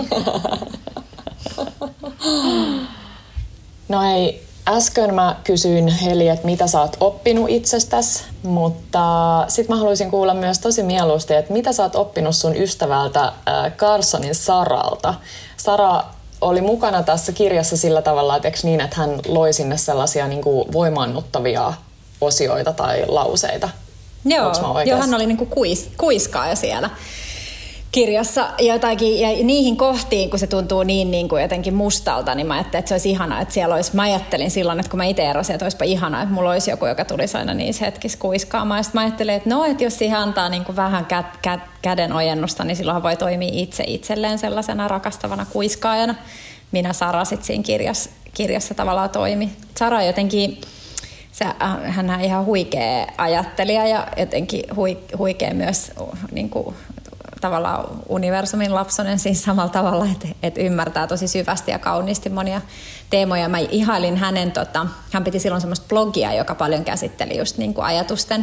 No ei, äsken mä kysyin Heli, että mitä sä oot oppinut itsestäsi, mutta sit mä haluaisin kuulla myös tosi mieluusti, että mitä sä oot oppinut sun ystävältä Carsonin Saralta. Sara oli mukana tässä kirjassa sillä tavalla, että eikö niin, että hän loi sinne sellaisia niin kuin voimaannuttavia osioita tai lauseita. Joo, joo, hän oli niin kuin kuis, kuiskaaja siellä kirjassa jotakin, ja niihin kohtiin, kun se tuntuu niin, niin kuin jotenkin mustalta, niin mä ajattelin, että se olisi ihanaa, että siellä olisi, mä ajattelin silloin, että kun mä itse erosin, että olisipa ihanaa, että mulla olisi joku, joka tulisi aina niissä hetkissä kuiskaamaan, ja sitten mä ajattelin, että no, että jos siihen antaa niin kuin vähän kä, kä, käden ojennusta, niin silloinhan voi toimia itse itselleen sellaisena rakastavana kuiskaajana. Minä Sara sitten siinä kirjassa, kirjassa tavallaan toimi. Sara jotenkin, se, hän on ihan huikea ajattelija ja jotenkin huikea myös niin kuin, tavallaan universumin lapsonen siis samalla tavalla, että, että ymmärtää tosi syvästi ja kauniisti monia teemoja. Mä ihailin hänen, tota, hän piti silloin semmoista blogia, joka paljon käsitteli just niin kuin ajatusten,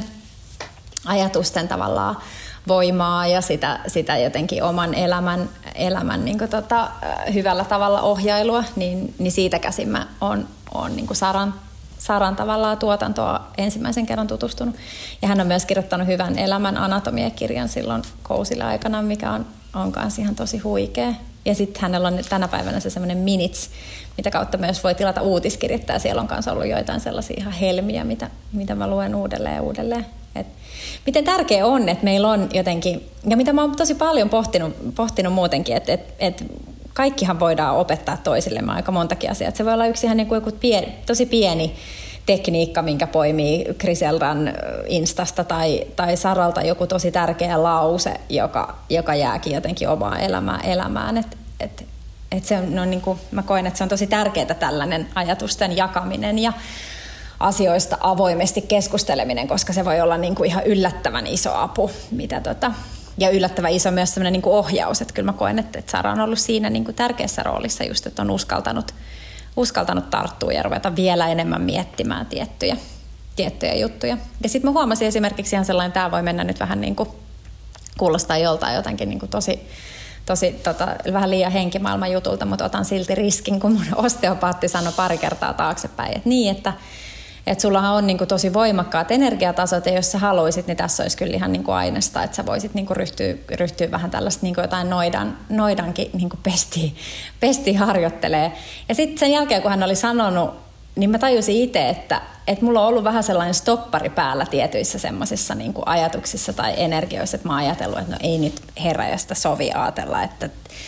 ajatusten tavallaan voimaa ja sitä, sitä jotenkin oman elämän, elämän niin kuin tota, hyvällä tavalla ohjailua, niin, niin siitä käsin mä oon, oon niin kuin Saran Saran tavallaan tuotantoa ensimmäisen kerran tutustunut. Ja hän on myös kirjoittanut hyvän elämän anatomiakirjan silloin kousille aikana, mikä on, on kanssa ihan tosi huikea. Ja sitten hänellä on tänä päivänä se semmoinen Minutes, mitä kautta myös voi tilata uutiskirjettä. Ja siellä on kanssa ollut joitain sellaisia ihan helmiä, mitä, mitä mä luen uudelleen ja uudelleen. Et miten tärkeää on, että meillä on jotenkin, ja mitä mä oon tosi paljon pohtinut, pohtinut muutenkin, että et, et kaikkihan voidaan opettaa toisillemme aika montakin asiaa. Se voi olla yksi ihan niin kuin joku pieni, tosi pieni tekniikka, minkä poimii Griseldan Instasta tai, tai Saralta joku tosi tärkeä lause, joka, joka jääkin jotenkin omaa elämää elämään. Et, et, et se on, no niin kuin, mä koen, että se on tosi tärkeää tällainen ajatusten jakaminen ja asioista avoimesti keskusteleminen, koska se voi olla niin kuin ihan yllättävän iso apu, mitä tota, ja yllättävän iso myös sellainen niin kuin ohjaus, että kyllä mä koen, että, että Sara on ollut siinä niin kuin tärkeässä roolissa just, että on uskaltanut, uskaltanut tarttua ja ruveta vielä enemmän miettimään tiettyjä, tiettyjä juttuja. Ja sitten mä huomasin esimerkiksi ihan sellainen, tämä voi mennä nyt vähän niin kuin, kuulostaa joltain jotenkin niin kuin tosi, tosi tota, vähän liian henkimaailman jutulta, mutta otan silti riskin, kun mun osteopaatti sanoi pari kertaa taaksepäin, että niin, että Että sullahan on niinku tosi voimakkaat energiatasot, ja jos sä haluisit, niin tässä olisi kyllä ihan niinku aineesta, että sä voisit niinku ryhtyä, ryhtyä vähän tällaista niinku jotain noidan, noidankin niinku pestiä, pestiä harjoittelee. Ja sitten sen jälkeen, kun hän oli sanonut, niin mä tajusin itse, että, että mulla on ollut vähän sellainen stoppari päällä tietyissä semmoisissa niinku ajatuksissa tai energioissa, että mä oon ajatellut, että no ei nyt heräjästä sovi ajatella, että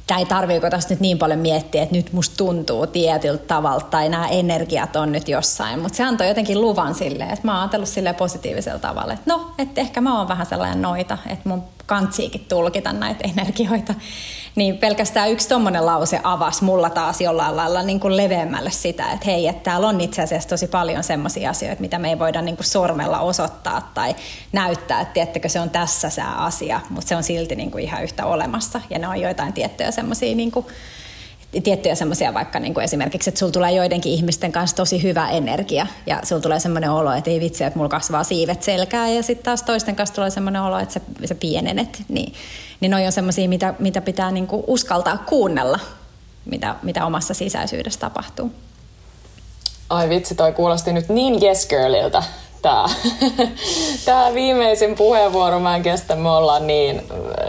tämä ei tarviiko tästä nyt niin paljon miettiä, että nyt musta tuntuu tietyltä tavalla tai nämä energiat on nyt jossain. Mutta se antoi jotenkin luvan silleen, että mä oon ajatellut silleen positiivisella tavalla, että no, että ehkä mä oon vähän sellainen noita, että mun kantsiikin tulkita näitä energioita. Niin pelkästään yksi tommonen lause avasi mulla taas jollain lailla niin kuin leveämmälle sitä, että hei, että täällä on itse asiassa tosi paljon semmoisia asioita, mitä me ei voida niin kuin sormella osoittaa tai näyttää, että tiedättekö, se on tässä se asia, mutta se on silti niin kuin ihan yhtä olemassa. Ja ne on joitain tiettyjä semmoisia, niin kuin, tiettyjä semmoisia vaikka niin kuin esimerkiksi, että sulla tulee joidenkin ihmisten kanssa tosi hyvä energia ja sulla tulee semmoinen olo, että ei vitsi, että mulla kasvaa siivet selkää ja sitten taas toisten kanssa tulee semmoinen olo, että sä, sä pienenet, niin Niin noi on semmoisia, mitä, mitä pitää niinku uskaltaa kuunnella, mitä, mitä omassa sisäisyydessä tapahtuu. Ai vitsi, toi kuulosti nyt niin yes girliltä. Tää. Tää viimeisin puheenvuoro, mä en kestä, me ollaan niin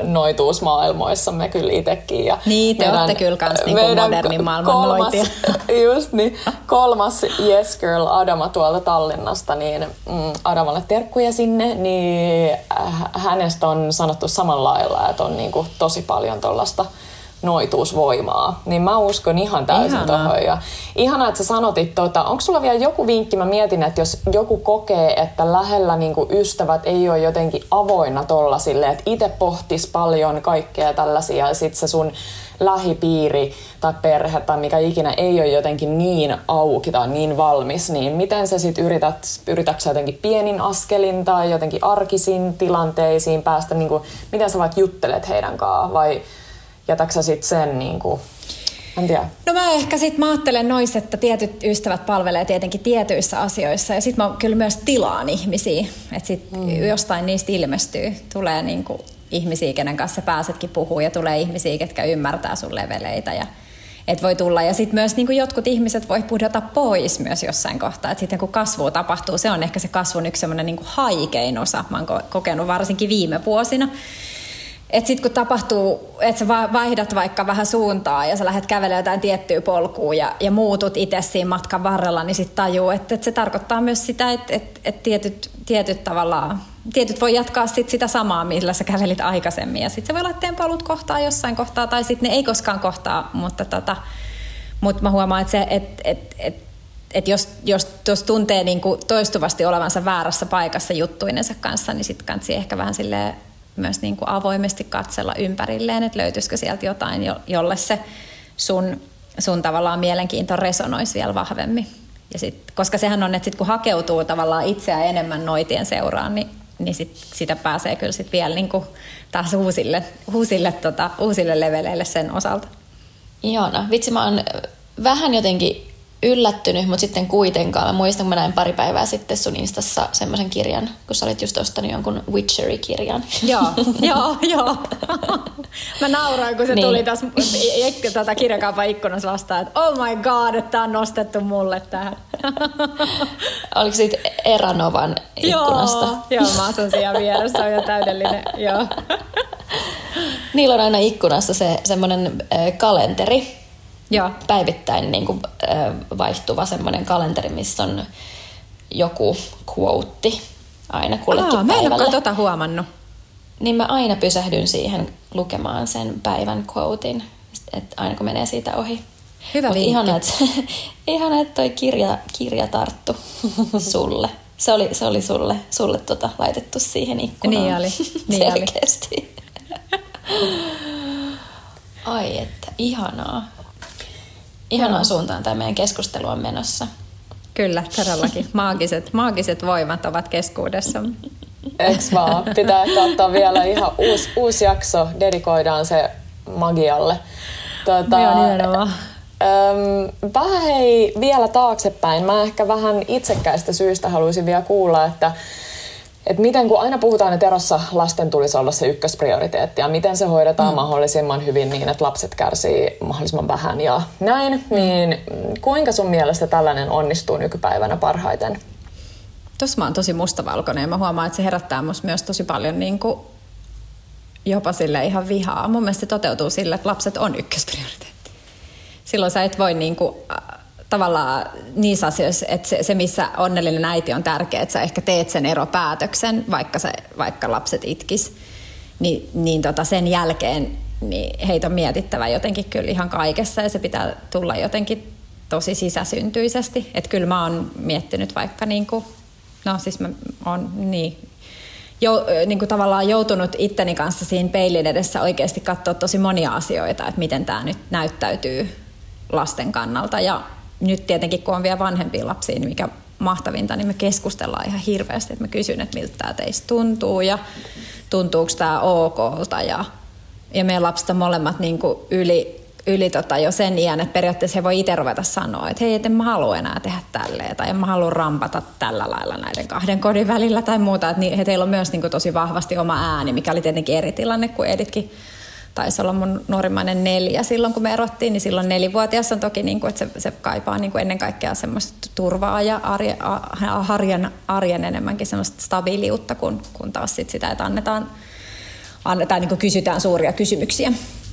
noituusmaailmoissamme kyllä itsekin. Ja niin, te olette kyllä kans niinku modernin maailman kolmas, noitia. Just niin, kolmas yes girl Adama tuolta Tallinnasta, niin mm, Adamalle terkkuja sinne, niin hänestä on sanottu samalla lailla, että on niinku tosi paljon tollaista noituusvoimaa, niin mä uskon ihan täysin tuohon. Ja ihanaa, että sä sanotit, tota, onko sulla vielä joku vinkki? Mä mietin, että jos joku kokee, että lähellä niinku ystävät ei ole jotenkin avoinna tollasille, että itse pohtis paljon kaikkea tällaisia ja sit se sun lähipiiri tai perhe tai mikä ikinä ei ole jotenkin niin auki tai niin valmis, niin miten sä sit yrität, yritätkö sä jotenkin pienin askelin tai jotenkin arkisin tilanteisiin päästä, niinku, miten sä vaikka juttelet heidän kanssaan vai jätätkö sä sit sen niinku, en tiedä. No mä ehkä sit mä ajattelen noissa, että tietyt ystävät palvelee tietenkin tietyissä asioissa ja sit mä kyllä myös tilaan ihmisiä, että sit mm. jostain niistä ilmestyy, tulee niinku ihmisiä, kenen kanssa pääsetkin puhuu ja tulee ihmisiä, ketkä ymmärtää sun leveleitä ja et voi tulla. Ja sitten myös niin jotkut ihmiset voi pudota pois myös jossain kohtaa. Että sitten kun kasvu tapahtuu, se on ehkä se kasvun yksi semmoinen niin haikein osa. Mä oon kokenut varsinkin viime vuosina. Että sitten kun tapahtuu, että sä vaihdat vaikka vähän suuntaa ja sä lähdet kävelemään jotain tiettyä polkua ja, ja muutut itse siinä matkan varrella, niin sitten tajuu, että, että se tarkoittaa myös sitä, että, että, että tietyt, tietyt tavallaan, tietyt voi jatkaa sit sitä samaa, millä sä kävelit aikaisemmin. Ja sitten se voi olla, että teidän polut kohtaa jossain kohtaa tai sitten ne ei koskaan kohtaa, mutta, tota, mutta mä huomaan, että, se, että, että, että, että jos, jos, jos tuntee niin kuin toistuvasti olevansa väärässä paikassa juttuinensa kanssa, niin sitten kannattaa ehkä vähän silleen myös niin kuin avoimesti katsella ympärilleen, että löytyisikö sieltä jotain, jolle se sun, sun tavallaan mielenkiinto resonoisi vielä vahvemmin. Ja sit, koska sehän on, että sit kun hakeutuu tavallaan itseään enemmän noitien seuraan, niin, niin sit, sitä pääsee kyllä sit vielä niin kuin taas uusille, uusille, tota, uusille leveleille sen osalta. Ihana. Vitsi, mä oon vähän jotenkin yllättynyt, mutta sitten kuitenkaan. Mä muistan, kun mä näin pari päivää sitten sun Instassa semmoisen kirjan, kun sä olit just ostanut jonkun Witchery-kirjan. Joo, joo, joo. Mä nauroin, kun se niin tuli tässä tuota kirjakaupan ikkunassa vastaan, että oh my god, että tää on nostettu mulle tähän. Oliko siitä Eranovan ikkunasta? Joo, joo, mä asun siellä vieressä, on jo täydellinen, joo. Niillä on aina ikkunassa se semmoinen äh, kalenteri. Joo. Päivittäin niin kuin, äh, vaihtuva semmoinen kalenteri, missä on joku quote aina kullekin Aa, päivälle. mä en ole tota huomannut. Niin mä aina pysähdyn siihen lukemaan sen päivän quotein, että aina kun menee siitä ohi. Hyvä Mut vinkki. Ihana, että, ihana, että toi kirja, kirja tarttu sulle. Se oli, se oli sulle, sulle tota, laitettu siihen ikkunaan. Niin oli. Niin selkeästi. Ai että, ihanaa. Ihanaan suuntaan tämä meidän keskustelu on menossa. Kyllä, todellakin. Maagiset, maagiset voimat ovat keskuudessa. Eiks vaan? Pitää ottaa vielä ihan uusi, uusi jakso. Dedikoidaan se magialle. Tota, Joo, nimenomaan. Öm, vähän hei vielä taaksepäin. Mä ehkä vähän itsekkäistä syystä haluaisin vielä kuulla, että että miten kun aina puhutaan, että erossa lasten tulisi olla se ykkösprioriteetti ja miten se hoidetaan mm. mahdollisimman hyvin niin, että lapset kärsii mahdollisimman vähän ja näin, mm. niin kuinka sun mielestä tällainen onnistuu nykypäivänä parhaiten? Tuossa mä oon tosi mustavalkoinen ja mä huomaan, että se herättää musta myös tosi paljon niin kuin jopa sille ihan vihaa. Mun mielestä se toteutuu sillä, että lapset on ykkösprioriteetti. Silloin sä et voi niin kuin tavallaan niissä asioissa, että se, se missä onnellinen äiti on tärkeä, että sä ehkä teet sen eropäätöksen, vaikka, se, vaikka lapset itkis, niin, niin tota sen jälkeen niin heitä on mietittävä jotenkin kyllä ihan kaikessa ja se pitää tulla jotenkin tosi sisäsyntyisesti. Että kyllä mä oon miettinyt vaikka, niin kuin, no siis mä oon niin, jo, niin kuin tavallaan joutunut itteni kanssa siinä peilin edessä oikeasti katsoa tosi monia asioita, että miten tämä nyt näyttäytyy lasten kannalta. Ja nyt tietenkin kun on vielä vanhempia lapsia, niin mikä mahtavinta, niin me keskustellaan ihan hirveästi, että mä kysyn, että miltä tämä teistä tuntuu ja tuntuuko tämä okolta. Ja, ja meidän lapset on molemmat niin kuin yli, yli tota jo sen iän, että periaatteessa he voi itse ruveta sanoa, että hei, et en mä halua enää tehdä tälleen tai en mä halua rampata tällä lailla näiden kahden kodin välillä tai muuta. Että he, teillä on myös niin kuin tosi vahvasti oma ääni, mikä oli tietenkin eri tilanne kuin Editkin. Taisi olla mun nuorimmainen neljä silloin, kun me erottiin, niin silloin nelivuotias on toki, niin kuin, että se, se kaipaa niin kuin ennen kaikkea semmoista turvaa ja arjen, arjen, arjen enemmänkin semmoista stabiiliutta, kun, kun taas sit sitä, että annetaan, annetaan niin kuin kysytään suuria kysymyksiä.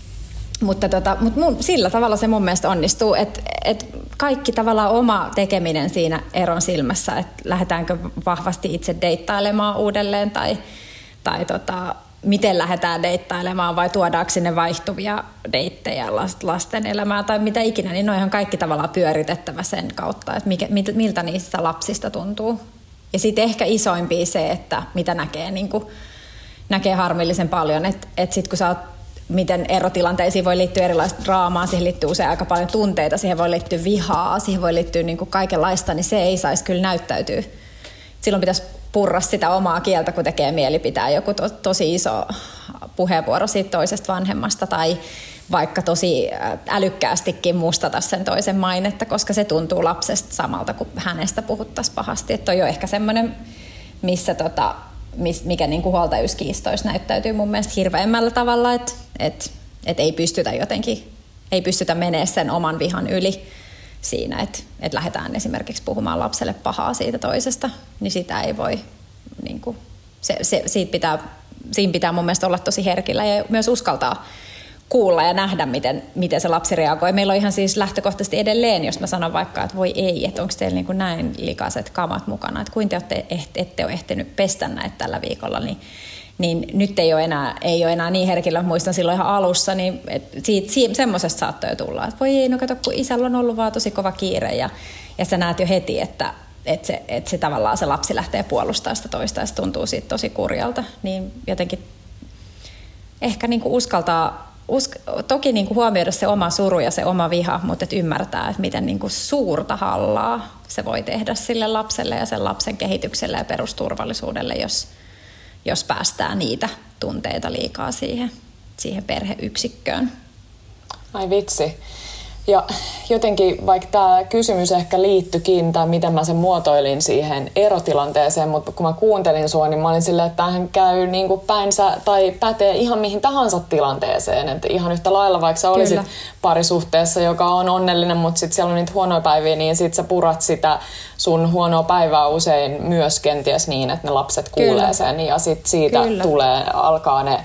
Mutta, tota, mutta mun, sillä tavalla se mun mielestä onnistuu, että, että kaikki tavallaan oma tekeminen siinä eron silmässä, että lähdetäänkö vahvasti itse deittailemaan uudelleen tai, tai tota, miten lähdetään deittailemaan vai tuodaanko sinne vaihtuvia deittejä lasten elämää tai mitä ikinä, niin ne on ihan kaikki tavallaan pyöritettävä sen kautta, että mikä, miltä niistä lapsista tuntuu. Ja sitten ehkä isoimpia se, että mitä näkee, niin kuin, näkee harmillisen paljon, että, että sitten kun sä oot, miten erotilanteisiin voi liittyä erilaista draamaa, siihen liittyy usein aika paljon tunteita, siihen voi liittyä vihaa, siihen voi liittyä niin kuin kaikenlaista, niin se ei saisi kyllä näyttäytyä. Silloin pitäisi purra sitä omaa kieltä, kun tekee mieli pitää joku to, tosi iso puheenvuoro siitä toisesta vanhemmasta tai vaikka tosi älykkäästikin mustata sen toisen mainetta, koska se tuntuu lapsesta samalta, kun hänestä puhuttaisiin pahasti. Että toi on ehkä semmoinen, missä tota, mikä niin kuin huoltajuuskiistoissa näyttäytyy mun mielestä hirveämmällä tavalla, että et, et ei pystytä jotenkin, ei pystytä menemään sen oman vihan yli siinä, että et lähdetään esimerkiksi puhumaan lapselle pahaa siitä toisesta, niin sitä ei voi, niin kuin, se, se, siitä pitää, siinä pitää mun mielestä olla tosi herkillä ja myös uskaltaa kuulla ja nähdä, miten, miten se lapsi reagoi. Meillä on ihan siis lähtökohtaisesti edelleen, jos mä sanon vaikka, että voi ei, että onko teillä niin kuin näin likaiset kamat mukana, että kuinka te ette, ette ole ehtinyt pestä näitä tällä viikolla, niin, niin nyt ei ole, enää, ei ole enää niin herkillä, muistan silloin ihan alussa, niin siitä, siitä, semmoisesta saattoi jo tulla, että voi ei, no kato, kun isällä on ollut vaan tosi kova kiire ja, ja sä näet jo heti, että, että, se, että se tavallaan se lapsi lähtee puolustamaan sitä toista ja se tuntuu siitä tosi kurjalta, niin jotenkin ehkä niin kuin uskaltaa Usk, toki niin kuin huomioida se oma suru ja se oma viha, mutta et ymmärtää, että miten niin kuin suurta hallaa se voi tehdä sille lapselle ja sen lapsen kehitykselle ja perusturvallisuudelle, jos, jos päästään niitä tunteita liikaa siihen, siihen perheyksikköön. Ai vitsi. Ja jotenkin, vaikka tämä kysymys ehkä liittyikin, tai miten mä sen muotoilin siihen erotilanteeseen, mutta kun mä kuuntelin sua, niin mä olin silleen, että tämähän käy niin kuin päinsä, tai pätee ihan mihin tahansa tilanteeseen. Että ihan yhtä lailla, vaikka sä olisit Kyllä. parisuhteessa, joka on onnellinen, mutta sitten siellä on niitä huonoja päiviä, niin sitten sä purat sitä sun huonoa päivää usein myös kenties niin, että ne lapset kuulee Kyllä. sen, ja sitten siitä Kyllä. tulee, alkaa ne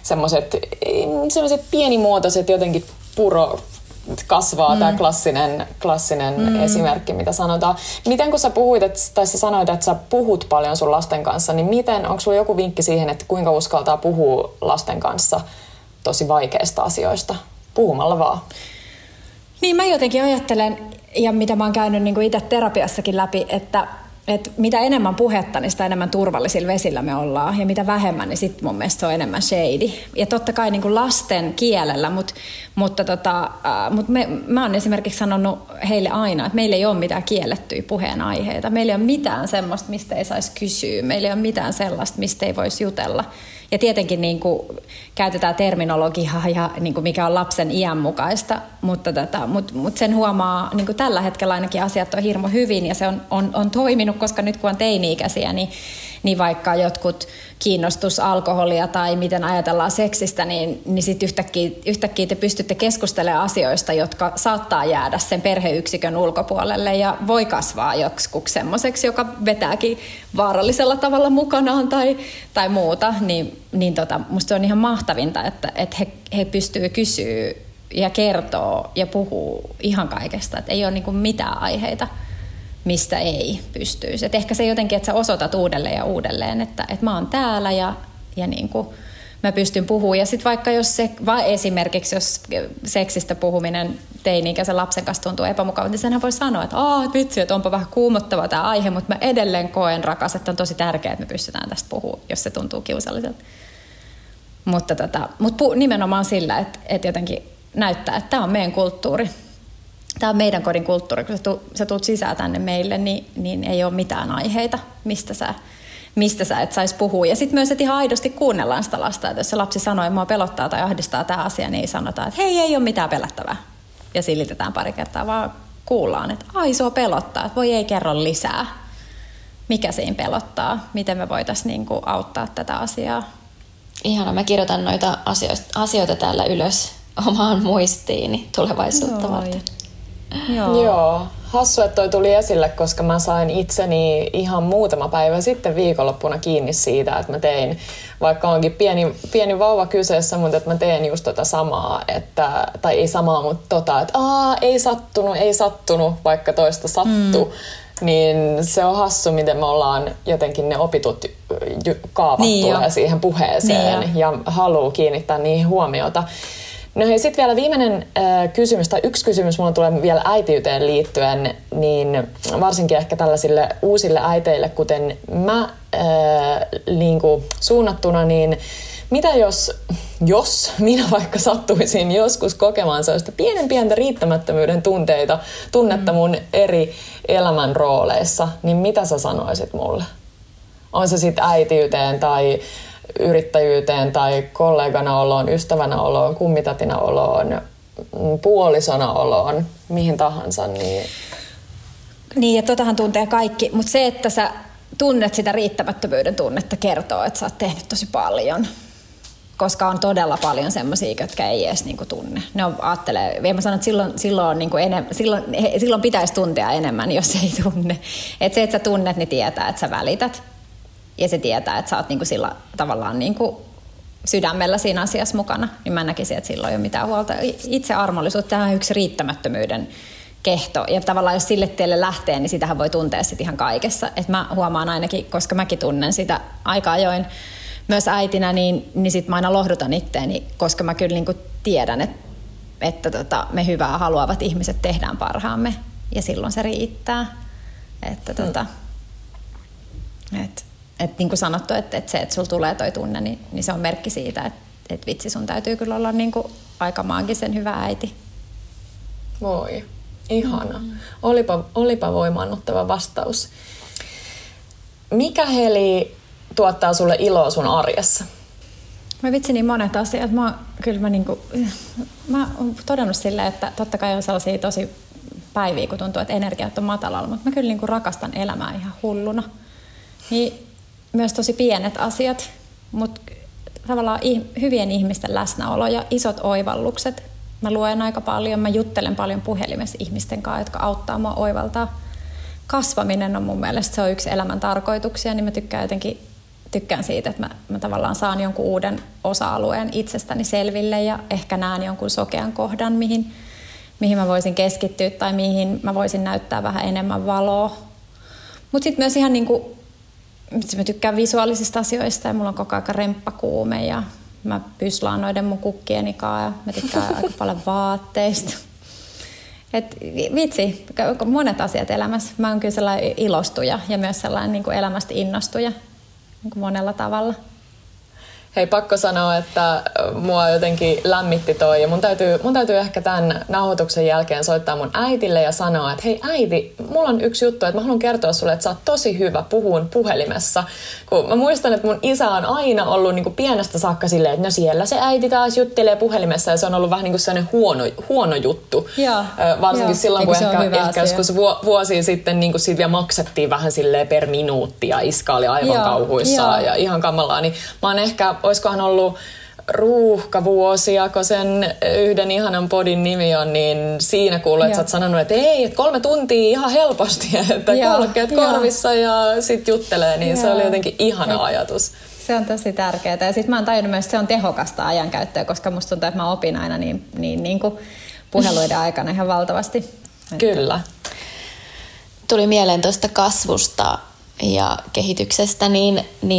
semmoiset pienimuotoiset jotenkin puro, kasvaa mm. tämä klassinen, klassinen mm. esimerkki, mitä sanotaan. Miten kun sä puhuit, että, tai sä sanoit, että sä puhut paljon sun lasten kanssa, niin miten, onko sulla joku vinkki siihen, että kuinka uskaltaa puhua lasten kanssa tosi vaikeista asioista? Puhumalla vaan. Niin mä jotenkin ajattelen, ja mitä mä oon käynyt niin kuin itse terapiassakin läpi, että että mitä enemmän puhetta, niin sitä enemmän turvallisilla vesillä me ollaan. Ja mitä vähemmän, niin sitten mun mielestä se on enemmän shady. Ja totta kai niin kuin lasten kielellä, mutta, mutta, tota, äh, mutta me, mä oon esimerkiksi sanonut heille aina, että meillä ei ole mitään kiellettyjä puheenaiheita. Meillä ei ole mitään semmoista, mistä ei saisi kysyä. Meillä ei ole mitään sellaista, mistä ei voisi jutella. Ja tietenkin niin kuin, käytetään terminologiaa, ja, niin kuin, mikä on lapsen iän mukaista, mutta, tota, mutta, mutta sen huomaa, niin kuin tällä hetkellä ainakin asiat on hirmo hyvin ja se on, on, on toiminut, koska nyt kun on teini-ikäisiä, niin, niin vaikka jotkut kiinnostus alkoholia tai miten ajatellaan seksistä, niin, niin sitten yhtäkkiä, yhtäkkiä te pystytte keskustelemaan asioista, jotka saattaa jäädä sen perheyksikön ulkopuolelle ja voi kasvaa joksikuksi semmoiseksi, joka vetääkin vaarallisella tavalla mukanaan tai, tai muuta, niin, niin tota, musta on ihan mahtavinta, että, että he, he pystyvät kysyä ja kertoo ja puhuu ihan kaikesta, että ei ole niinku mitään aiheita, mistä ei pystyisi. Et ehkä se jotenkin, että sä osoitat uudelleen ja uudelleen, että, että mä oon täällä ja, ja niin kuin mä pystyn puhumaan. Ja sitten vaikka jos se, vai esimerkiksi jos seksistä puhuminen teini-ikäisen lapsen kanssa tuntuu epämukavalta, niin senhän voi sanoa, että aah, vitsi, että onpa vähän kuumottava tämä aihe, mutta mä edelleen koen, rakas, että on tosi tärkeää, että me pystytään tästä puhumaan, jos se tuntuu kiusalliselta. Mutta, tota, mutta nimenomaan sillä, että, että jotenkin näyttää, että tämä on meidän kulttuuri. Tämä on meidän kodin kulttuuri. Kun sä, tu, sä tulet sisään tänne meille, niin, niin ei ole mitään aiheita, mistä sä, mistä sä et saisi puhua. Ja sitten myös, että ihan aidosti kuunnellaan sitä lasta. Että jos se lapsi sanoo, että mua pelottaa tai ahdistaa tämä asia, niin sanotaan, että hei, ei ole mitään pelättävää. Ja silitetään pari kertaa, vaan kuullaan, että ai, sua pelottaa, että voi ei kerro lisää. Mikä siinä pelottaa? Miten me voitaisiin niinku auttaa tätä asiaa? Ihana, mä kirjoitan noita asioita, asioita täällä ylös omaan muistiini tulevaisuutta Joo. varten. Joo. Joo. Hassu, että toi tuli esille, koska mä sain itseni ihan muutama päivä sitten viikonloppuna kiinni siitä, että mä tein, vaikka onkin pieni, pieni vauva kyseessä, mutta että mä teen just tota samaa, että, tai ei samaa, mutta tota, että aa, ei sattunut, ei sattunut, vaikka toista sattuu. Mm. Niin se on hassu, miten me ollaan jotenkin ne opitut kaavat niin tulee jo siihen puheeseen niin ja haluaa kiinnittää niihin huomiota. No hei, sitten vielä viimeinen äh, kysymys, tai yksi kysymys mulla tulee vielä äitiyteen liittyen, niin varsinkin ehkä tällaisille uusille äiteille, kuten mä äh, niin kuin suunnattuna, niin mitä jos, jos minä vaikka sattuisin joskus kokemaan sellaista pienen pientä riittämättömyyden tunteita, tunnetta mun eri elämän rooleissa, niin mitä sä sanoisit mulle? On se sitten äitiyteen tai yrittäjyyteen tai kollegana oloon, ystävänä oloon, kummitätinä oloon, puolisona oloon, mihin tahansa. Niin, niin ja totahan tuntee kaikki, mutta se, että sä tunnet sitä riittämättömyyden tunnetta, kertoo, että sä oot tehnyt tosi paljon. Koska on todella paljon semmoisia, jotka ei edes niinku tunne. Ne on, ajattelee, ja mä sanon, että silloin, silloin, on niinku enem, silloin, he, silloin pitäisi tuntea enemmän, jos ei tunne. Että se, että sä tunnet, niin tietää, että sä välität. Ja se tietää, että sä oot niinku sillä tavallaan niinku sydämellä siinä asiassa mukana. Niin mä näkisin, että silloin ei ole mitään huolta. Itsearmollisuus, tämä on yksi riittämättömyyden kehto. Ja tavallaan jos sille tielle lähtee, niin sitähän voi tuntea sit ihan kaikessa. Et mä huomaan ainakin, koska mäkin tunnen sitä aika ajoin myös äitinä, niin, niin sit mä aina lohdutan itteeni, koska mä kyllä niinku tiedän, että, että tota, me hyvää haluavat ihmiset tehdään parhaamme. Ja silloin se riittää. Että mm. tota, et, et niin kuin sanottu, että, että se, että sulla tulee toi tunne, niin, niin se on merkki siitä, että, että vitsi, sun täytyy kyllä olla niin kuin aika maagisen hyvä äiti. Voi, ihana. Mm. Olipa, olipa voimaannuttava vastaus. Mikä, Heli, tuottaa sulle iloa sun arjessa? Mä vitsi niin monet asiat. Mä, kyllä mä, niinku, mä oon todennut silleen, että totta kai on sellaisia tosi päiviä, kun tuntuu, että energiat on matalalla, mutta mä kyllä niinku rakastan elämää ihan hulluna. Niin myös tosi pienet asiat, mutta tavallaan hyvien ihmisten läsnäolo ja isot oivallukset. Mä luen aika paljon, mä juttelen paljon puhelimessa ihmisten kanssa, jotka auttaa mua oivaltaa. Kasvaminen on mun mielestä, se on yksi elämän tarkoituksia, niin mä tykkään jotenkin tykkään siitä, että mä, mä tavallaan saan jonkun uuden osa-alueen itsestäni selville ja ehkä näen jonkun sokean kohdan, mihin, mihin mä voisin keskittyä tai mihin mä voisin näyttää vähän enemmän valoa. Mutta sitten myös ihan niinku, mä tykkään visuaalisista asioista ja mulla on koko ajan remppakuume ja mä pyslaan noiden mun kukkieni kanssa ja mä tykkään aika paljon vaatteista. Et vitsi, monet asiat elämässä. Mä oon kyllä sellainen ilostuja ja myös sellainen niin kuin elämästä innostuja niin kuin monella tavalla. Hei, pakko sanoa, että mua jotenkin lämmitti toi ja mun täytyy, mun täytyy ehkä tämän nauhoituksen jälkeen soittaa mun äitille ja sanoa, että hei äiti, mulla on yksi juttu, että mä haluan kertoa sulle, että sä oot tosi hyvä puhuun puhelimessa. Kun mä muistan, että mun isä on aina ollut niin kuin pienestä saakka silleen, että no siellä se äiti taas juttelee puhelimessa ja se on ollut vähän niin kuin sellainen huono, huono juttu. Ja, varsinkin ja, silloin, kun ehkä, ehkä asia. joskus vuosia sitten niin kuin siitä vielä maksettiin vähän silleen per minuutti ja iska oli aivan ja, kauhuissaan ja. ja ihan kamalaa, niin mä oon ehkä olisikohan ollut ruuhkavuosia, kun sen yhden ihanan podin nimi on, niin siinä kuuluu, että sä oot sanonut, että ei, että kolme tuntia ihan helposti, että kuulokkeet korvissa ja sit juttelee, niin ja. Se oli jotenkin ihana ja. Ajatus. Se on tosi tärkeää ja sit mä oon tajunnut myös, että se on tehokasta ajankäyttöä, koska musta tuntuu, että mä opin aina niin, niin, niin kuin puheluiden aikana ihan valtavasti. Kyllä. Tuli mieleen tuosta kasvusta ja kehityksestä, niin, niin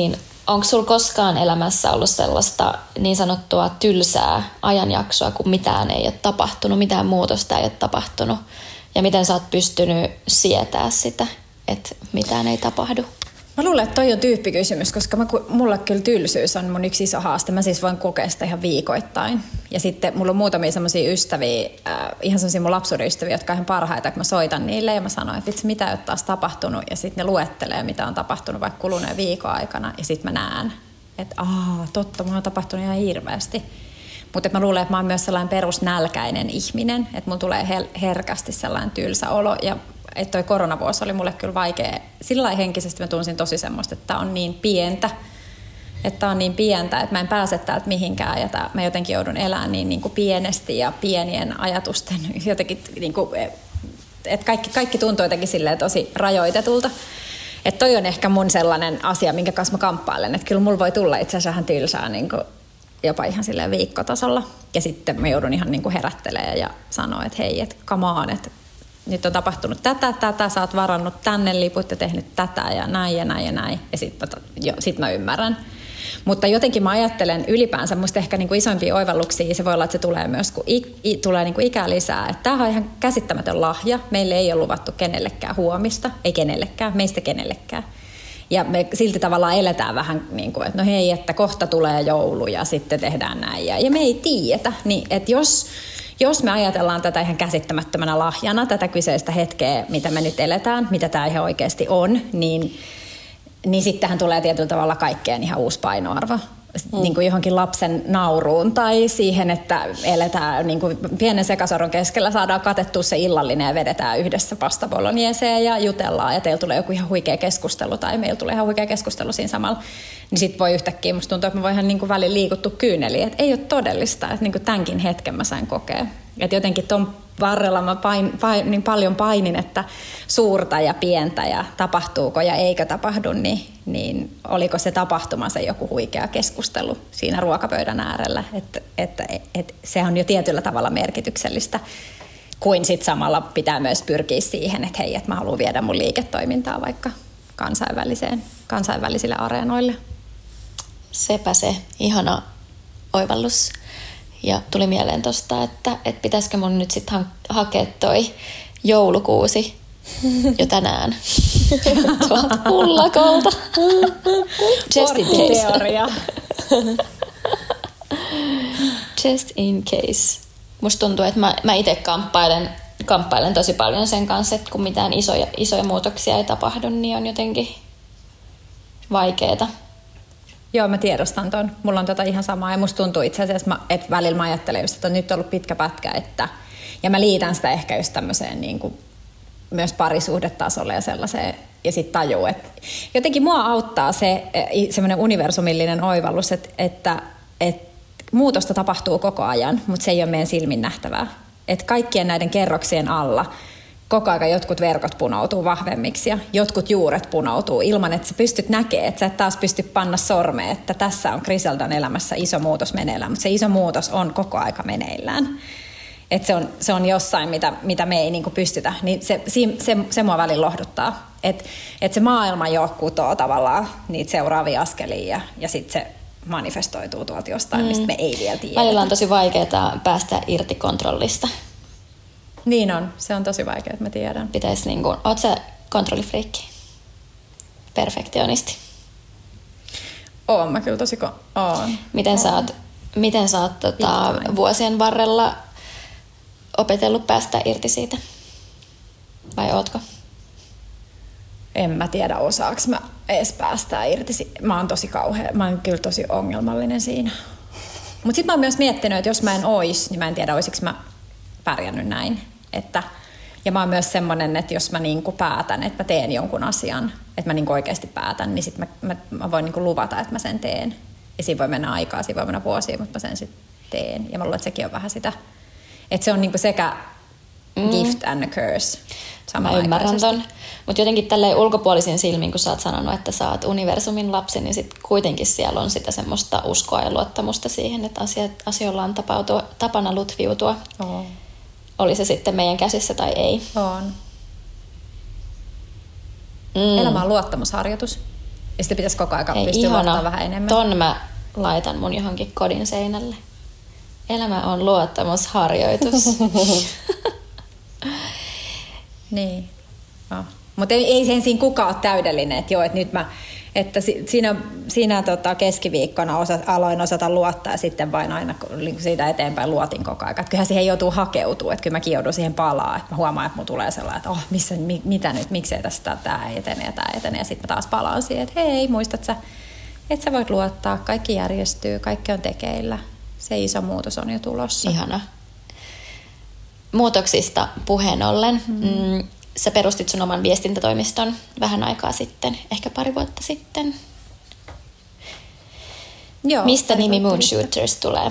onko sulla koskaan elämässä ollut sellaista niin sanottua tylsää ajanjaksoa, kun mitään ei ole tapahtunut, mitään muutosta ei ole tapahtunut? Ja miten sä oot pystynyt sietää sitä, että mitään ei tapahdu? Mä luulen, että toi on tyyppikysymys, koska mä, mulla kyllä tylsyys on mun yksi iso haaste. Mä siis voin kokea sitä ihan viikoittain. Ja sitten mulla on muutamia semmosia ystäviä, äh, ihan semmosia mun lapsuuden ystäviä, jotka on ihan parhaita, kun mä soitan niille ja mä sanon, että vitsi, mitä ei ole taas tapahtunut. Ja sitten ne luettelee, mitä on tapahtunut vaikka kuluneen viikon aikana. Ja sitten mä näen, että aah, totta, mulla on tapahtunut ihan hirveästi. Mutta mä luulen, että mä oon myös sellainen perusnälkäinen ihminen, että mulla tulee hel- herkästi sellainen tylsä olo. Ja että toi koronavuosi oli mulle kyllä vaikea. Sillä lailla henkisesti mä tunsin tosi semmoista, että tää on niin pientä, että tää on niin pientä, että mä en pääse täältä mihinkään ja tää, mä jotenkin joudun elämään niin, niin kuin pienesti ja pienien ajatusten jotenkin, niin kuin, että kaikki, kaikki tuntuu jotenkin silleen tosi rajoitetulta. Että toi on ehkä mun sellainen asia, minkä kanssa mä kamppailen, että kyllä mulla voi tulla itse asiassa ihan tylsää niin kuin jopa ihan silleen viikkotasolla. Ja sitten mä joudun ihan niin kuin herättelemään ja sanoa, että hei, että come on, että nyt on tapahtunut tätä, tätä, sä oot varannut tänne liput ja tehnyt tätä ja näin ja näin ja näin. Ja sit mä, jo, sit mä ymmärrän. Mutta jotenkin mä ajattelen ylipäänsä, musta ehkä niinku isoimpia oivalluksia, se voi olla, että se tulee myös, kun i, i, tulee niinku ikää lisää. Että tämähän on ihan käsittämätön lahja. Meille ei ole luvattu kenellekään huomista, ei kenellekään, meistä kenellekään. Ja me silti tavallaan eletään vähän niin kuin, että no hei, että kohta tulee joulu ja sitten tehdään näin. Ja, ja me ei tiedetä, niin että jos... Jos me ajatellaan tätä ihan käsittämättömänä lahjana, tätä kyseistä hetkeä, mitä me nyt eletään, mitä tämä ihan oikeasti on, niin, niin sittenhän tulee tietyllä tavalla kaikkeen ihan uusi painoarvo. Mm. Niin kuin johonkin lapsen nauruun tai siihen, että eletään niin kuin pienen sekasoron keskellä, saadaan katettua se illallinen ja vedetään yhdessä pasta bolognese ja jutellaan ja teillä tulee joku ihan huikea keskustelu tai meillä tulee ihan huikea keskustelu siinä samalla. Niin sit voi yhtäkkiä, musta tuntuu, että mä voin ihan niin kuin välillä liikuttua kyyneliin, että ei ole todellista, että niin kuin tämänkin hetken mä sain kokea. Että jotenkin ton varrella mä pain, pain, niin paljon painin, että suurta ja pientä ja tapahtuuko ja eikö tapahdu, niin, niin oliko se tapahtuma se joku huikea keskustelu siinä ruokapöydän äärellä. Että et, et, et, se on jo tietyllä tavalla merkityksellistä, kuin sit samalla pitää myös pyrkiä siihen, että hei, että mä haluan viedä mun liiketoimintaa vaikka kansainväliseen, kansainvälisille areenoille. Sepä se, ihana oivallus. Ja tuli mieleen tosta, että, että pitäisikö mun nyt sitten hakea toi joulukuusi jo tänään tuolta pullakolta. Just in case. Just in case. Musta tuntuu, että mä, mä itse kamppailen, kamppailen tosi paljon sen kanssa, että kun mitään isoja, isoja muutoksia ei tapahdu, niin on jotenkin vaikeeta. Joo, mä tiedostan ton. Mulla on tota ihan samaa ja musta tuntuu itse asiassa, että välillä mä ajattelen just, että on nyt ollut pitkä pätkä, että, ja mä liitän sitä ehkä just tämmöiseen niin kuin myös parisuhdetasolle ja sellaiseen, ja sitten tajuu, että jotenkin mua auttaa se semmoinen universumillinen oivallus, että, että, että muutosta tapahtuu koko ajan, mutta se ei ole meidän silmin nähtävää. Että kaikkien näiden kerroksien alla koko ajan jotkut verkot punoutuu vahvemmiksi ja jotkut juuret punoutuu ilman, että sä pystyt näkemään, että sä et taas pysty panna sormeen, että tässä on Griseldan elämässä iso muutos meneillään, mutta se iso muutos on koko aika meneillään. Että se on, se on jossain, mitä, mitä me ei niinku pystytä, niin se, se, se mua välillä lohduttaa. Että et se maailma jo kutoo tavallaan niitä seuraavia askelia ja, ja sitten se manifestoituu tuolta jostain, mm. mistä me ei vielä tiedä. Välillä on tosi vaikeaa päästä irti kontrollista. Niin on, se on tosi vaikeaa, että mä tiedän. Pitäisi niinku, oot sä kontrollifriikki? Perfektionisti? Oon mä kyllä tosi ko- oon. Miten oon. sä oot, miten sä oot tota, vuosien varrella opetellut päästä irti siitä? Vai ootko? En mä tiedä, osaaks mä edes päästää irti. Mä oon tosi kauhea, mä oon kyllä tosi ongelmallinen siinä. Mut sit mä oon myös miettinyt, että jos mä en ois, niin mä en tiedä, oisiks mä pärjännyt näin. Että, ja mä oon myös semmonen, että jos mä niinku päätän, että mä teen jonkun asian, että mä niinku oikeasti päätän, niin sit mä, mä, mä voin niinku luvata, että mä sen teen. Ja siinä voi mennä aikaa, siinä voi mennä vuosia, mutta mä sen sitten teen. Ja mä luulen, että sekin on vähän sitä, että se on niinku sekä mm. gift and a curse. Mä ymmärrän ton. Mutta jotenkin tälleen ulkopuolisin silmin, kun sä oot sanonut, että sä oot universumin lapsi, niin sit kuitenkin siellä on sitä semmoista uskoa ja luottamusta siihen, että asiat, asioilla on tapautua, tapana lutviutua. Oh. Oli se sitten meidän käsissä tai ei. On. Mm. Elämä on luottamusharjoitus. Ja sitten pitäisi koko ajan Hei, pystyä luottaa vähän enemmän. Ton mä laitan mun johonkin kodin seinälle. Elämä on luottamusharjoitus. Niin. Oh. Mutta ei, ei sen siinä kukaan ole täydellinen, että joo, että nyt mä, että si, siinä, siinä tota keskiviikkona osa, aloin osata luottaa ja sitten vain aina siitä eteenpäin luotin koko ajan. Että kyllähän siihen joutuu hakeutumaan, että kyllä mäkin joudun siihen palaa, että mä huomaan, että mun tulee sellainen, että oh, missä, mi, mitä nyt, miksei tästä tämä etene ja tämä etene ja sitten mä taas palaan siihen, että hei, muistat sä, että sä voit luottaa, kaikki järjestyy, kaikki on tekeillä, se iso muutos on jo tulossa. Ihana. Muutoksista puheen ollen, mm. sä perustit sun oman viestintätoimiston vähän aikaa sitten, ehkä pari vuotta sitten. Joo, mistä nimi Moonshooters tulee?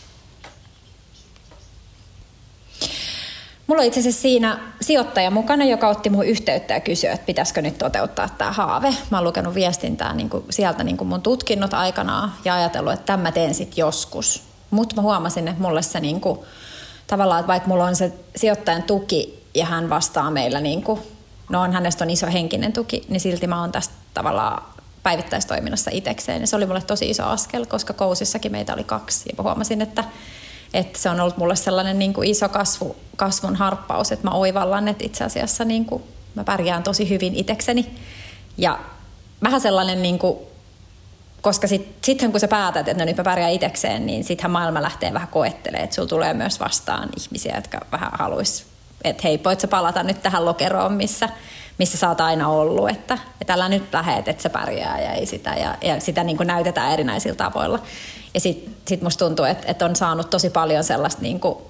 Mulla on itse asiassa siinä sijoittaja mukana, joka otti muun yhteyttä ja kysyi, että pitäisikö nyt toteuttaa tämä haave. Mä oon lukenut viestintää niin kuin sieltä niin kuin mun tutkinnot aikanaan ja ajatellut, että tämän mä teen sitten joskus. Mutta mä huomasin, että mulle se niin kuin, tavallaan, että vaikka mulla on se sijoittajan tuki ja hän vastaa meillä, niin kuin, no on, hänestä on iso henkinen tuki, niin silti mä oon tästä tavallaan päivittäistoiminnassa itsekseen. Ja se oli mulle tosi iso askel, koska Kousissakin meitä oli kaksi. Ja mä huomasin, että, että se on ollut mulle sellainen niin kuin iso kasvu, kasvun harppaus, että mä oivallan, että itse asiassa niin kuin, mä pärjään tosi hyvin itsekseni. Ja vähän sellainen, niin kuin, koska sittenhän sit, kun sä päätät, että no nyt mä pärjään itsekseen, niin sittenhän maailma lähtee vähän koettelemaan, että sulla tulee myös vastaan ihmisiä, jotka vähän haluaisi, että hei, voit sä palata nyt tähän lokeroon, missä, missä sä oot aina ollut, että, että älä nyt lähet, että sä pärjää ja ei sitä, ja, ja sitä niin kuin näytetään erinäisillä tavoilla. Ja sit, sit musta tuntuu, että, että on saanut tosi paljon sellaista niin kuin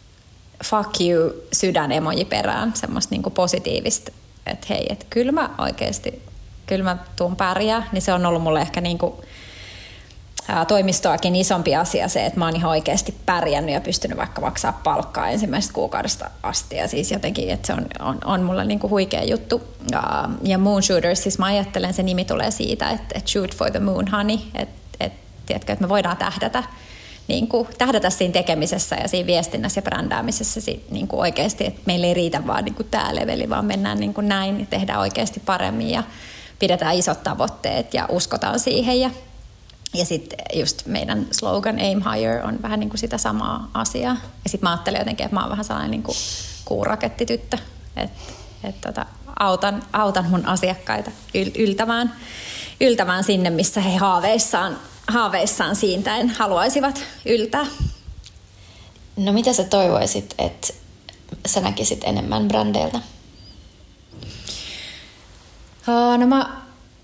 fuck you sydän emoji perään, semmoista niin kuin positiivista, että hei, että kyllä mä oikeasti, kyllä mä tuun pärjää, niin se on ollut mulle ehkä niin kuin ää, toimistoakin isompi asia se, että mä oon ihan oikeasti pärjännyt ja pystynyt vaikka maksaa palkkaa ensimmäisestä kuukaudesta asti. Ja siis jotenkin, että se on, on, on mulle niin kuin huikea juttu. Ja, ja Moonshooters, siis mä ajattelen, se nimi tulee siitä, että, että shoot for the moon, honey, että, että, tiedätkö, että me voidaan tähdätä. Niin kuin, tähdätä siinä tekemisessä ja siinä viestinnässä ja brändäämisessä niin kuin oikeasti, että meillä ei riitä vaan niin kuin tämä leveli, vaan mennään niin kuin näin ja tehdään oikeasti paremmin ja pidetään isot tavoitteet ja uskotaan siihen. Ja, ja sitten just meidän slogan Aim Higher on vähän niin kuin sitä samaa asiaa. Ja sitten mä ajattelen jotenkin, että mä oon vähän sellainen niin kuin kuurakettityttö, että et tota, autan, autan mun asiakkaita yl- yltämään, yltämään sinne, missä he haaveissaan haaveissaan siintäen haluaisivat yltää. No mitä sä toivoisit, että sä näkisit enemmän brändeiltä? Uh, no mä,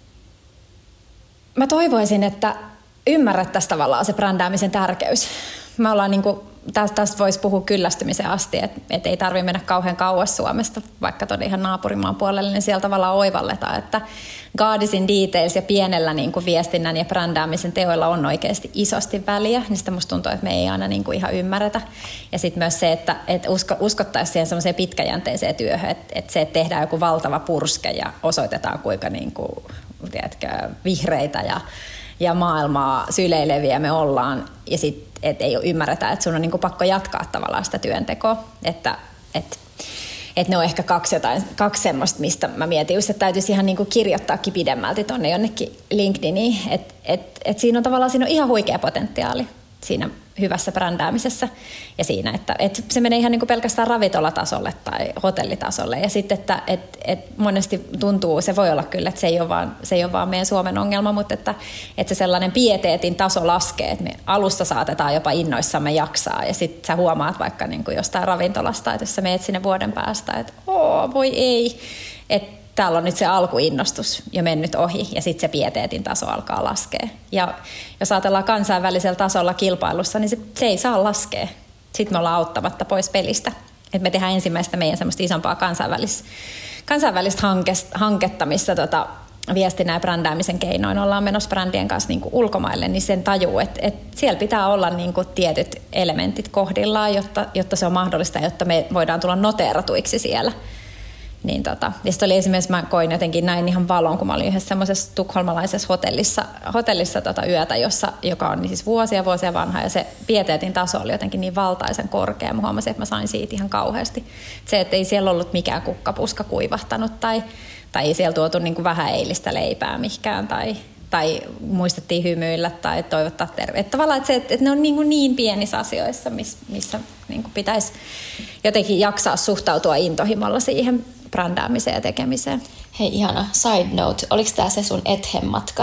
mä toivoisin, että ymmärrettäisiin tavallaan se brändäämisen tärkeys. Me ollaan niinku, tästä, tästä voisi puhua kyllästymiseen asti, että et ei tarvitse mennä kauhean kauas Suomesta, vaikka tuonne ihan naapurimaan puolelle, niin siellä tavallaan oivalletaan, että God is in details ja pienellä niin kuin viestinnän ja brändäämisen teoilla on oikeasti isosti väliä, niin sitä musta tuntuu, että me ei aina niin kuin ihan ymmärretä. Ja sitten myös se, että, että usko, uskottaisiin siihen semmoiseen pitkäjänteiseen työhön, että, että se, että tehdään joku valtava purske ja osoitetaan kuinka niin kuin, tiedätkö, vihreitä ja, ja maailmaa syleileviä me ollaan, ja sitten että ei ymmärretä, että sun on niin kuin pakko jatkaa tavallaan sitä työntekoa, että, että Että ne on ehkä kaksi, jotain, kaksi semmoista, mistä mä mietin just, että täytyisi ihan niinku kirjoittaakin pidemmälti tonne jonnekin LinkedIniin. Että et, et siinä on tavallaan siinä on ihan huikea potentiaali siinä hyvässä brändäämisessä ja siinä, että et se menee ihan niinku pelkästään ravintolatasolle tai hotellitasolle. Ja sitten, että et, et monesti tuntuu, se voi olla kyllä, että se ei ole vaan, se ei ole vaan meidän Suomen ongelma, mutta että, että se sellainen pieteetin taso laskee, että me alusta saatetaan jopa innoissamme jaksaa. Ja sitten sä huomaat vaikka niinku jostain ravintolasta, että jos sä meet sinne vuoden päästä, että oo, voi ei, että täällä on nyt se alkuinnostus jo mennyt ohi ja sitten se pieteetin taso alkaa laskea. Ja jos ajatellaan kansainvälisellä tasolla kilpailussa, niin se, se ei saa laskea. Sitten me ollaan auttamatta pois pelistä. Et me tehdään ensimmäistä meidän semmoista isompaa kansainvälistä, kansainvälistä hanketta, missä tota, viestinnän ja brändäämisen keinoin ollaan menossa brändien kanssa niin kuin ulkomaille, niin sen tajuu, että, että siellä pitää olla niin kuin tietyt elementit kohdillaan, jotta, jotta se on mahdollista, jotta me voidaan tulla noteeratuiksi siellä. Niin tota, ja sitten oli esimerkiksi, mä koin jotenkin näin ihan valon, kun mä olin yhdessä semmoisessa tukholmalaisessa hotellissa, hotellissa tota yötä, jossa, joka on siis vuosia vuosia vanha, ja se pieteetin taso oli jotenkin niin valtaisen korkea. Mä huomasin, että mä sain siitä ihan kauheasti. Se, että ei siellä ollut mikään kukkapuska kuivahtanut tai, tai ei siellä tuotu niin kuin vähän eilistä leipää mihinkään tai, tai muistettiin hymyillä tai toivottaa terve. Että tavallaan, että, se, että ne on niin, kuin niin pienissä asioissa, missä, missä niin kuin pitäisi jotenkin jaksaa suhtautua intohimolla siihen brändäämiseen ja tekemiseen. Hei ihana, side note, oliko tämä se sun Ethem-matka?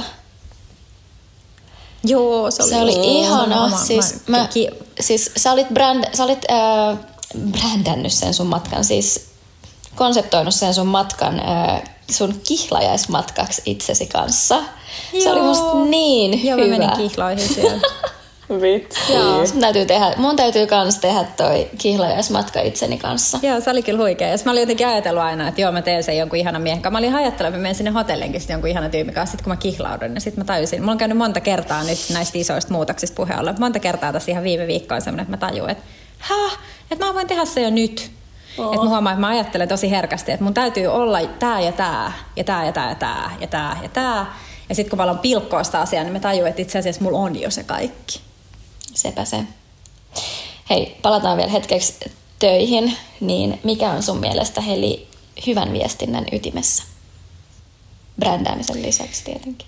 Joo, se oli, se oli ihana. Mä, siis, mä, mä, siis sä olit, brand, sä olit äh, brändännyt sen sun matkan, siis konseptoinut sen sun matkan äh, sun kihlajaismatkaksi itsesi kanssa. Joo. Se oli musta niin Joo, hyvä. Joo, mä menin kihlaoihin siellä. Vitsi. Joo. Täytyy tehdä, mun täytyy kans tehdä toi kihlajaismatka itseni kanssa. Joo, se oli kyllä huikea. Ja mä olin jotenkin ajatellut aina, että joo, mä teen sen jonkun ihanan miehen kanssa. Mä olin ajatellut, että mä menen sinne hotellinkin jonkun ihanan tyypin kanssa. Sitten kun mä kihlaudun, ja sitten mä tajusin. Mulla on käynyt monta kertaa nyt näistä isoista muutoksista puheen ollen. Monta kertaa tässä ihan viime viikkoon semmoinen, että mä tajuin, että häh, että mä voin tehdä se jo nyt. Oh. Että mä huomaan, että mä ajattelen tosi herkästi, että mun täytyy olla tää ja tää, ja tää ja tää ja tää, ja tää ja tää. Ja sitten kun mä alan pilkkoa sitä asiaa, niin mä tajuin, että itse asiassa mulla on jo se kaikki. Sepä se. Hei, palataan vielä hetkeksi töihin. Niin mikä on sun mielestä, Heli, hyvän viestinnän ytimessä? Brändäämisen lisäksi tietenkin.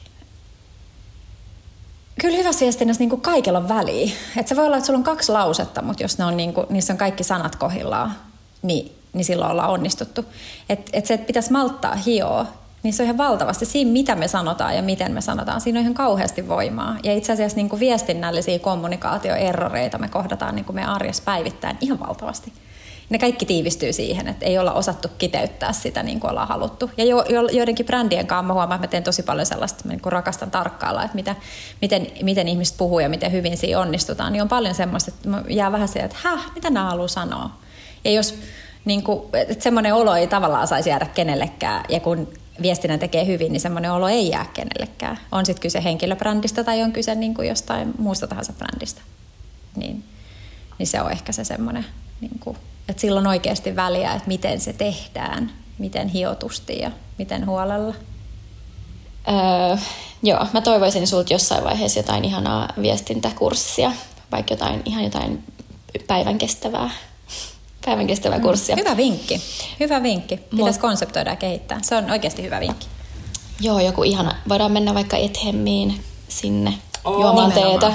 Kyllä hyvässä viestinnässä niin kuin kaikella on väliä. Et se voi olla, että sulla on kaksi lausetta, mutta jos ne on niin kuin, niissä on kaikki sanat kohdillaan, niin, niin silloin ollaan onnistuttu. Et, et se, että pitäisi malttaa hioa, niin se on ihan valtavasti. Siinä, mitä me sanotaan ja miten me sanotaan, siinä on ihan kauheasti voimaa. Ja itse asiassa niin kuin viestinnällisiä kommunikaatioerroreita me kohdataan niin kuin meidän arjessa päivittäin ihan valtavasti. Ne kaikki tiivistyy siihen, että ei olla osattu kiteyttää sitä niin kuin ollaan haluttu. Ja jo, jo, joidenkin brändien kanssa mä huomaan, että mä teen tosi paljon sellaista, että mä niin kuin rakastan tarkkailla, että mitä, miten, miten ihmiset puhuu ja miten hyvin siinä onnistutaan. Niin on paljon semmoista, että mä jää vähän siihen, että häh, mitä nämä haluaa sanoa. Ja jos niin kuin, että semmoinen olo ei tavallaan saisi jäädä kenellekään, ja kun viestinnän tekee hyvin, niin semmoinen olo ei jää kenellekään. On sitten kyse henkilöbrändistä tai on kyse niin kuin jostain muusta tahansa brändistä. Niin, niin se on ehkä se semmoinen, niin kuin, että sillä on oikeasti väliä, että miten se tehdään, miten hiotusti ja miten huolella. Öö, joo, mä toivoisin sulta jossain vaiheessa jotain ihanaa viestintäkurssia, vaikka jotain, ihan jotain päivän kestävää. Päivän kestävää kurssia. Hyvä vinkki. Hyvä vinkki. Pitäisi konseptoida ja kehittää. Se on oikeasti hyvä vinkki. Joo, joku ihana. Voidaan mennä vaikka Ethemiin sinne oh, juomaan teetä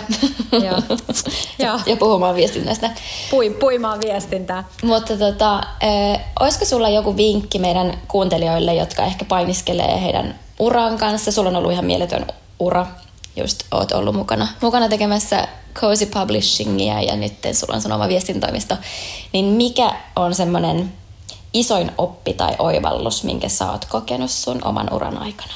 ja, ja puhumaan viestinnästä. Pui, puimaan viestintää. Mutta tota, äh, olisiko sulla joku vinkki meidän kuuntelijoille, jotka ehkä painiskelee heidän uran kanssa? Sulla on ollut ihan mieletön ura. Just oot ollut mukana, mukana tekemässä Cozy Publishingia ja nyt sulla on sun oma viestintätoimisto. Niin mikä on semmoinen isoin oppi tai oivallus, minkä sä oot kokenut sun oman uran aikana?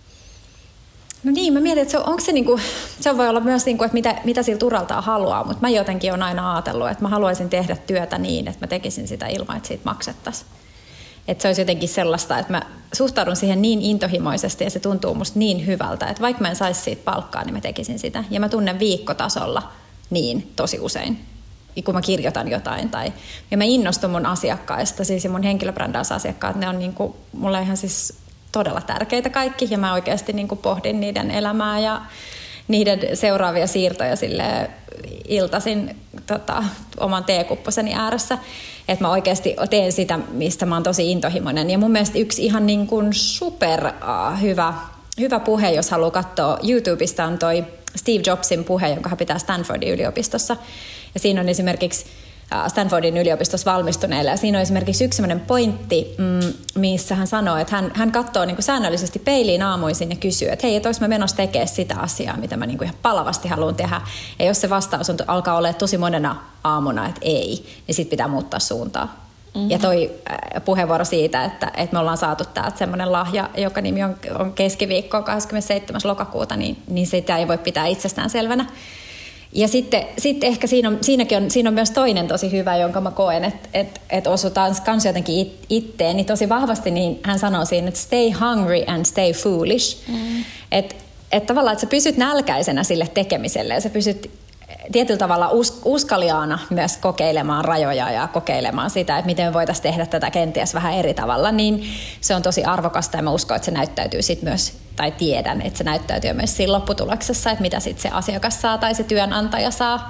No niin, mä mietin, että se, onko se, niinku, se voi olla myös, niinku, että mitä, mitä siltä uraltaan haluaa, mutta mä jotenkin olen aina ajatellut, että mä haluaisin tehdä työtä niin, että mä tekisin sitä ilman, että siitä maksettaisiin. Että se olisi jotenkin sellaista, että mä suhtaudun siihen niin intohimoisesti ja se tuntuu musta niin hyvältä, että vaikka mä en saisi siitä palkkaa, niin mä tekisin sitä. Ja mä tunnen viikkotasolla niin tosi usein, kun mä kirjoitan jotain. Tai, ja mä innostun mun asiakkaista, siis ja mun henkilöbrändäysasiakkaat, ne on niinku, mulle ihan siis todella tärkeitä kaikki. Ja mä oikeasti niinku pohdin niiden elämää ja niiden seuraavia siirtoja sille iltaisin tota, oman teekupposeni ääressä. Että mä oikeasti teen sitä, mistä mä oon tosi intohimoinen. Ja mun mielestä yksi ihan niin kuin super uh, hyvä, hyvä puhe, jos haluaa katsoa YouTubesta, on toi Steve Jobsin puhe, jonka hän pitää Stanfordin yliopistossa. Ja siinä on esimerkiksi uh, Stanfordin yliopistossa valmistuneille. Ja siinä on esimerkiksi yksi sellainen pointti, mm, missä hän sanoo, että hän, hän katsoo niin kuin säännöllisesti peiliin aamuisin ja kysyy, että hei, että olis mä menossa tekemään sitä asiaa, mitä mä niin kuin ihan palavasti haluan tehdä. Ja jos se vastaus on, alkaa olla tosi monena aamuna, että ei, niin sit pitää muuttaa suuntaa. Mm-hmm. Ja toi äh, puheenvuoro siitä, että, että me ollaan saatu täältä semmoinen lahja, joka nimi on, on keskiviikko kahdeskymmenesseitsemäs lokakuuta, niin, niin sitä ei voi pitää itsestään selvänä. Ja sitten, sitten ehkä siinä on, siinäkin on, siinä on myös toinen tosi hyvä, jonka mä koen, että, että, että osutaan kans jotenkin it, itteen niin tosi vahvasti, niin hän sanoo siinä, että stay hungry and stay foolish. Mm. Että, että tavallaan, että sä pysyt nälkäisenä sille tekemiselle ja sä pysyt tietyllä tavalla us, uskaliaana myös kokeilemaan rajoja ja kokeilemaan sitä, että miten me voitaisiin tehdä tätä kenties vähän eri tavalla, niin se on tosi arvokasta ja mä uskon, että se näyttäytyy sitten myös, tai tiedän, että se näyttäytyy myös siinä lopputuloksessa, että mitä sitten se asiakas saa tai se työnantaja saa.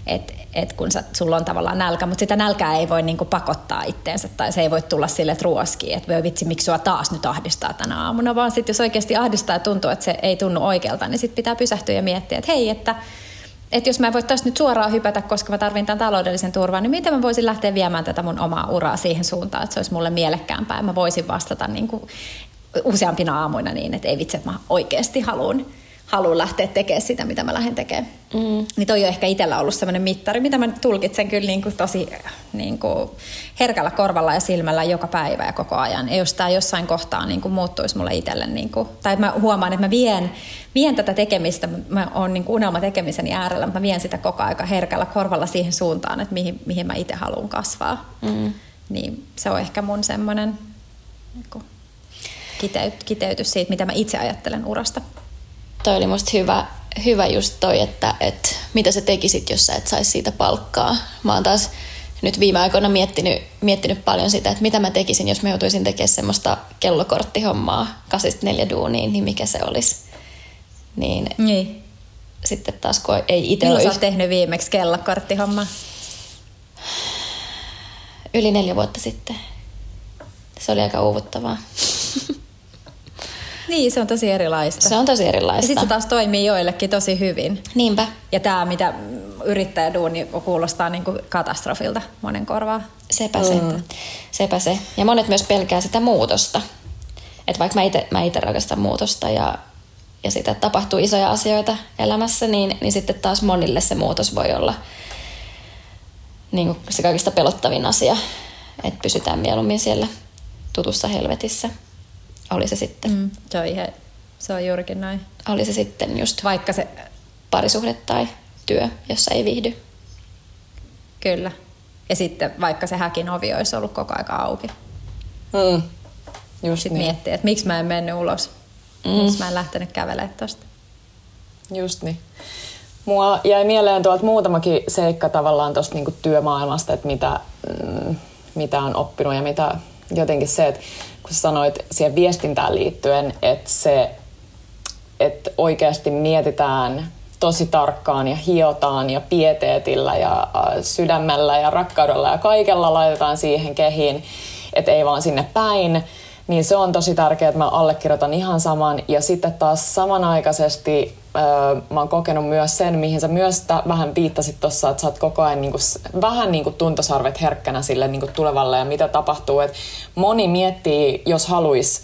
että et kun sä, sulla on tavallaan nälkä, mutta sitä nälkää ei voi niinku pakottaa itteensä tai se ei voi tulla sille, että ruoskii, että voi vitsi, miksi sua taas nyt ahdistaa tänä aamuna, vaan sitten jos oikeasti ahdistaa ja tuntuu, että se ei tunnu oikealta, niin sitten pitää pysähtyä ja miettiä, että hei, että että jos mä en voi tästä nyt suoraan hypätä, koska mä tarvin tämän taloudellisen turvan, niin miten mä voisin lähteä viemään tätä mun omaa uraa siihen suuntaan, että se olisi mulle mielekkäämpää ja mä voisin vastata niin kuin useampina aamuina niin, että ei vitsi, että mä oikeasti haluan, haluan lähteä tekemään sitä, mitä mä lähden tekemään. Mm. Niin toi on ehkä itsellä ollut sellainen mittari, mitä mä tulkitsen kyllä niin kuin tosi niin kuin herkällä korvalla ja silmällä joka päivä ja koko ajan. Ja jos tämä jossain kohtaa niin kuin muuttuisi mulle itselle, niin kuin, tai mä huomaan, että mä vien, vien tätä tekemistä, mä oon niin kuin unelma tekemiseni äärellä, mutta mä vien sitä koko aika herkällä korvalla siihen suuntaan, että mihin, mihin mä itse haluan kasvaa. Mm. Niin se on ehkä mun semmoinen niin kuin kiteyt, kiteytys siitä, mitä mä itse ajattelen urasta. Toi oli musta hyvä, hyvä just toi, että, että mitä sä tekisit, jos sä et saisi siitä palkkaa. Mä oon taas nyt viime aikoina miettinyt, miettinyt paljon sitä, että mitä mä tekisin, jos mä joutuisin tekemään semmoista kellokorttihommaa kasista neljä duuniin, niin mikä se olisi. Niin, niin. Sitten taas kun ei itsellä... Milloin sä oot tehnyt viimeksi kellokorttihommaa? Yli neljä vuotta sitten. Se oli aika uuvuttavaa. Niin, se on tosi erilaista. Se on tosi erilaista. Ja sitten se taas toimii joillekin tosi hyvin. Niinpä. Ja tämä, mitä yrittäjäduuni kuulostaa niin kuin katastrofilta monen korvaa. Sepä se. Mm. Sepä se. Ja monet myös pelkää sitä muutosta. Että vaikka mä itse mä ite rakastan muutosta ja, ja sitä, että tapahtuu isoja asioita elämässä, niin, niin sitten taas monille se muutos voi olla niin kuin se kaikista pelottavin asia. Että pysytään mieluummin siellä tutussa helvetissä. Oli se sitten. Mm, se, on ihan, se on juurikin näin. Oli se sitten just vaikka se parisuhde tai työ, jossa ei viihdy. Kyllä. Ja sitten vaikka se häkin ovi olisi ollut koko aika auki. Mm. Just sitten niin. miettii, että miksi mä en mennyt ulos. Mm. Miksi mä en lähtenyt kävelemään tosta. Just niin. Mua jäi mieleen tuolta muutamakin seikka tavallaan tuosta niinku työmaailmasta, että mitä, mm, mitä on oppinut ja mitä jotenkin se, että kun sanoit siihen viestintään liittyen, että se, että oikeasti mietitään tosi tarkkaan ja hiotaan ja pieteetillä ja sydämellä ja rakkaudella ja kaikella laitetaan siihen kehiin, että ei vaan sinne päin, niin se on tosi tärkeää, että mä allekirjoitan ihan saman. Ja sitten taas samanaikaisesti öö, mä oon kokenut myös sen, mihin sä myös t- vähän viittasit tuossa, että sä oot koko ajan niinku, vähän niinku tuntosarvet herkkänä sille niinku tulevalle ja mitä tapahtuu. Et moni miettii, jos haluaisi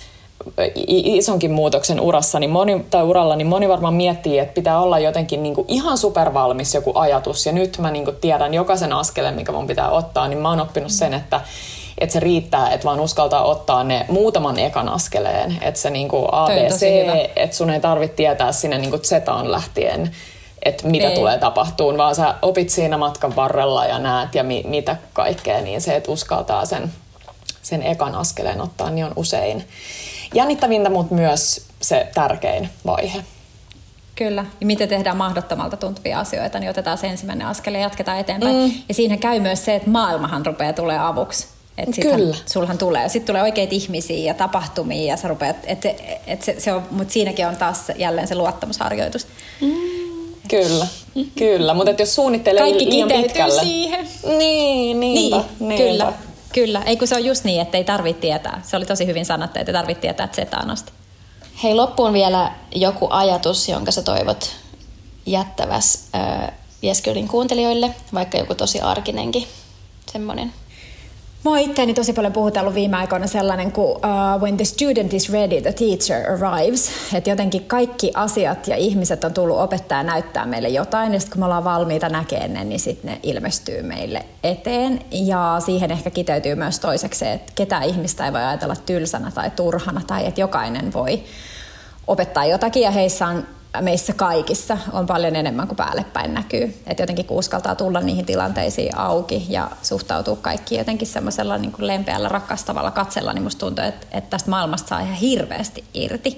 isonkin muutoksen urassa, niin moni, tai uralla, niin moni varmaan miettii, että pitää olla jotenkin niinku ihan supervalmis joku ajatus. Ja nyt mä niinku tiedän jokaisen askeleen, mikä mun pitää ottaa, niin mä oon oppinut sen, että että se riittää, että vaan uskaltaa ottaa ne muutaman ekan askeleen. Että se niinku A, B, C, että sun ei tarvitse tietää sinne niinku Zetaan lähtien, että mitä ei. tulee tapahtuun, vaan sä opit siinä matkan varrella ja näet ja mi- mitä kaikkea. Niin se, että uskaltaa sen, sen ekan askeleen ottaa, niin on usein jännittävintä, mutta myös se tärkein vaihe. Kyllä. Ja miten tehdään mahdottomalta tuntuvia asioita, niin otetaan se ensimmäinen askel ja jatketaan eteenpäin. Mm. Ja siinä käy myös se, että maailmahan rupeaa tulee avuksi. Että sulhan tulee. Sitten tulee oikeita ihmisiä ja tapahtumia ja sä rupeat, et se, et se, se on, mutta siinäkin on taas jälleen se luottamusharjoitus. Mm. Kyllä, kyllä. Mutta jos suunnittelee kaikki liian pitkälle. siihen. Niin, niinpä, niin, niinpä. Kyllä, kyllä. Ei kun se on just niin, että ei tarvitse tietää. Se oli tosi hyvin sanottu, että ei tarvitse tietää Zetaan asti. Hei, loppuun vielä joku ajatus, jonka sä toivot jättäväs äh, Yes-Girlin kuuntelijoille, vaikka joku tosi arkinenkin semmoinen. Mä oon itseäni tosi paljon puhutellut viime aikoina sellainen kuin uh, when the student is ready, the teacher arrives. Että jotenkin kaikki asiat ja ihmiset on tullut opettaja näyttää meille jotain. Ja sitten kun me ollaan valmiita näkemään ne, niin sitten ne ilmestyy meille eteen. Ja siihen ehkä kiteytyy myös toiseksi se, että ketään ihmistä ei voi ajatella tylsänä tai turhana. Tai että jokainen voi opettaa jotakin ja heissä on meissä kaikissa on paljon enemmän kuin päälle päin näkyy. Että jotenkin kun uskaltaa tulla niihin tilanteisiin auki ja suhtautuu kaikkiin jotenkin semmoisella niin kuin lempeällä, rakastavalla katsella, niin musta tuntuu, että, että tästä maailmasta saa ihan hirveästi irti.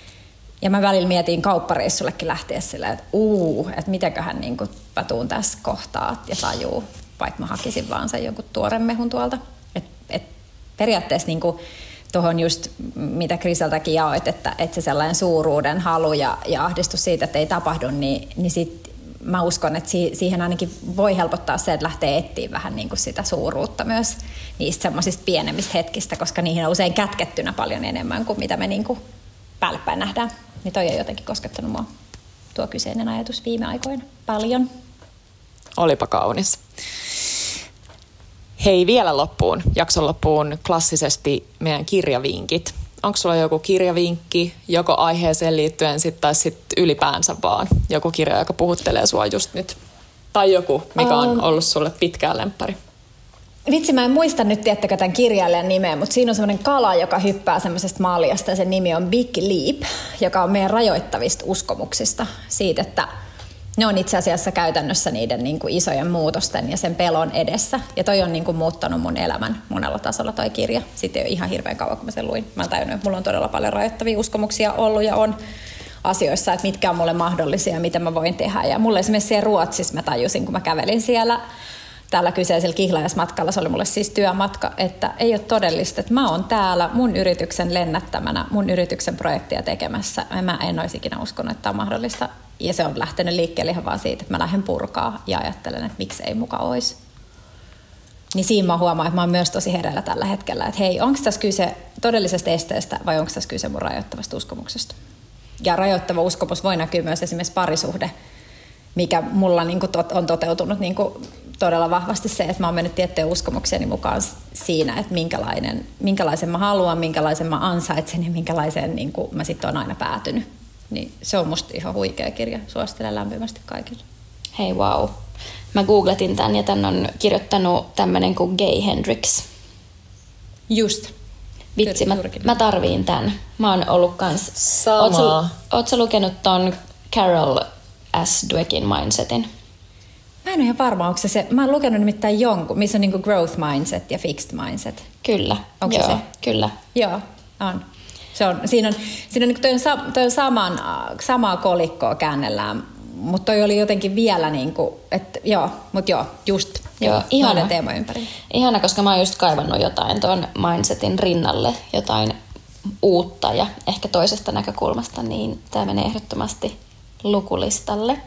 Ja mä välillä mietin kauppareissullekin lähteä sillä, että uu, että mitenköhän niin kuin mä tuun tässä kohtaa ja tajuu, vaikka mä hakisin vaan sen jonkun tuoren mehun tuolta. Et, et periaatteessa niin kuin tuohon just, mitä Kriseltäkin jaoit, että, että se sellainen suuruuden halu ja, ja ahdistus siitä, että ei tapahdu, niin, niin sit mä uskon, että siihen ainakin voi helpottaa se, että lähtee etsiä vähän niin kuin sitä suuruutta myös niistä semmoisista pienemmistä hetkistä, koska niihin on usein kätkettynä paljon enemmän kuin mitä me niin kuin päälle päin nähdään. Niin toi on jotenkin koskettanut mua tuo kyseinen ajatus viime aikoina paljon. Olipa kaunis. Hei, vielä loppuun, jakson loppuun klassisesti meidän kirjavinkit. Onko sulla joku kirjavinkki, joko aiheeseen liittyen sit, tai sitten ylipäänsä vaan joku kirja, joka puhuttelee sua just nyt? Tai joku, mikä on ollut sulle pitkään lemppari? Vitsi, mä en muista nyt, tiettäkö tämän kirjailijan nimeä, mutta siinä on semmoinen kala, joka hyppää semmoisesta maaliasta ja sen nimi on Big Leap, joka on meidän rajoittavista uskomuksista. Siitä, että ne on itse asiassa käytännössä niiden niin kuin isojen muutosten ja sen pelon edessä. Ja toi on niin kuin muuttanut mun elämän monella tasolla toi kirja. Sitten ei ole ihan hirveän kauan, kun mä sen luin. Mä oon tajunnut, että mulla on todella paljon rajoittavia uskomuksia ollut ja on asioissa, että mitkä on mulle mahdollisia ja mitä mä voin tehdä. Ja mulle esimerkiksi siellä Ruotsissa mä tajusin, kun mä kävelin siellä tällä kyseisellä kihlajaismatkalla, se oli mulle siis työmatka, että ei ole todellista, että mä oon täällä mun yrityksen lennättämänä, mun yrityksen projektia tekemässä. Mä en olisi ikinä uskonut, että tämä on mahdollista. Ja se on lähtenyt liikkeelle ihan vaan siitä, että mä lähden purkaa ja ajattelen, että miksi ei muka olisi. Niin siinä mä huomaan, että mä oon myös tosi hereillä tällä hetkellä, että hei, onko tässä kyse todellisesta esteestä vai onko tässä kyse mun rajoittavasta uskomuksesta? Ja rajoittava uskomus voi näkyä myös esimerkiksi parisuhde, mikä mulla niin kuin tot, on toteutunut niin kuin todella vahvasti se, että mä oon mennyt tiettyjen uskomuksieni mukaan siinä, että minkälainen, minkälaisen mä haluan, minkälaisen mä ansaitsen ja minkälaiseen niin kuin mä sitten oon aina päätynyt. Niin se on musta ihan huikea kirja. Suosittelen lämpimästi kaikille. Hei, wow. Mä googletin tän ja tän on kirjoittanut tämmönen kuin Gay Hendricks. Just. Vitsi, mä, mä tarviin tän. Mä oon ollut kans... Samaa. Oot sä lukenut ton Carol S. Dweckin Mindsetin? Mä en ole ihan varma, onko se se... Mä oon lukenut nimittäin jonkun, missä on niinku growth mindset ja fixed mindset. Kyllä. Onko Joo, se? Kyllä. Joo, on. Se on, siinä on, siinä on, toi on, toi on saman, samaa kolikkoa käännellään, mutta toi oli jotenkin vielä niin kuin, että joo, mutta joo, just joo, ihana teemojen ympäri. Ihana, koska mä oon just kaivannut jotain tuon mindsetin rinnalle, jotain uutta ja ehkä toisesta näkökulmasta, niin tää menee ehdottomasti lukulistalle.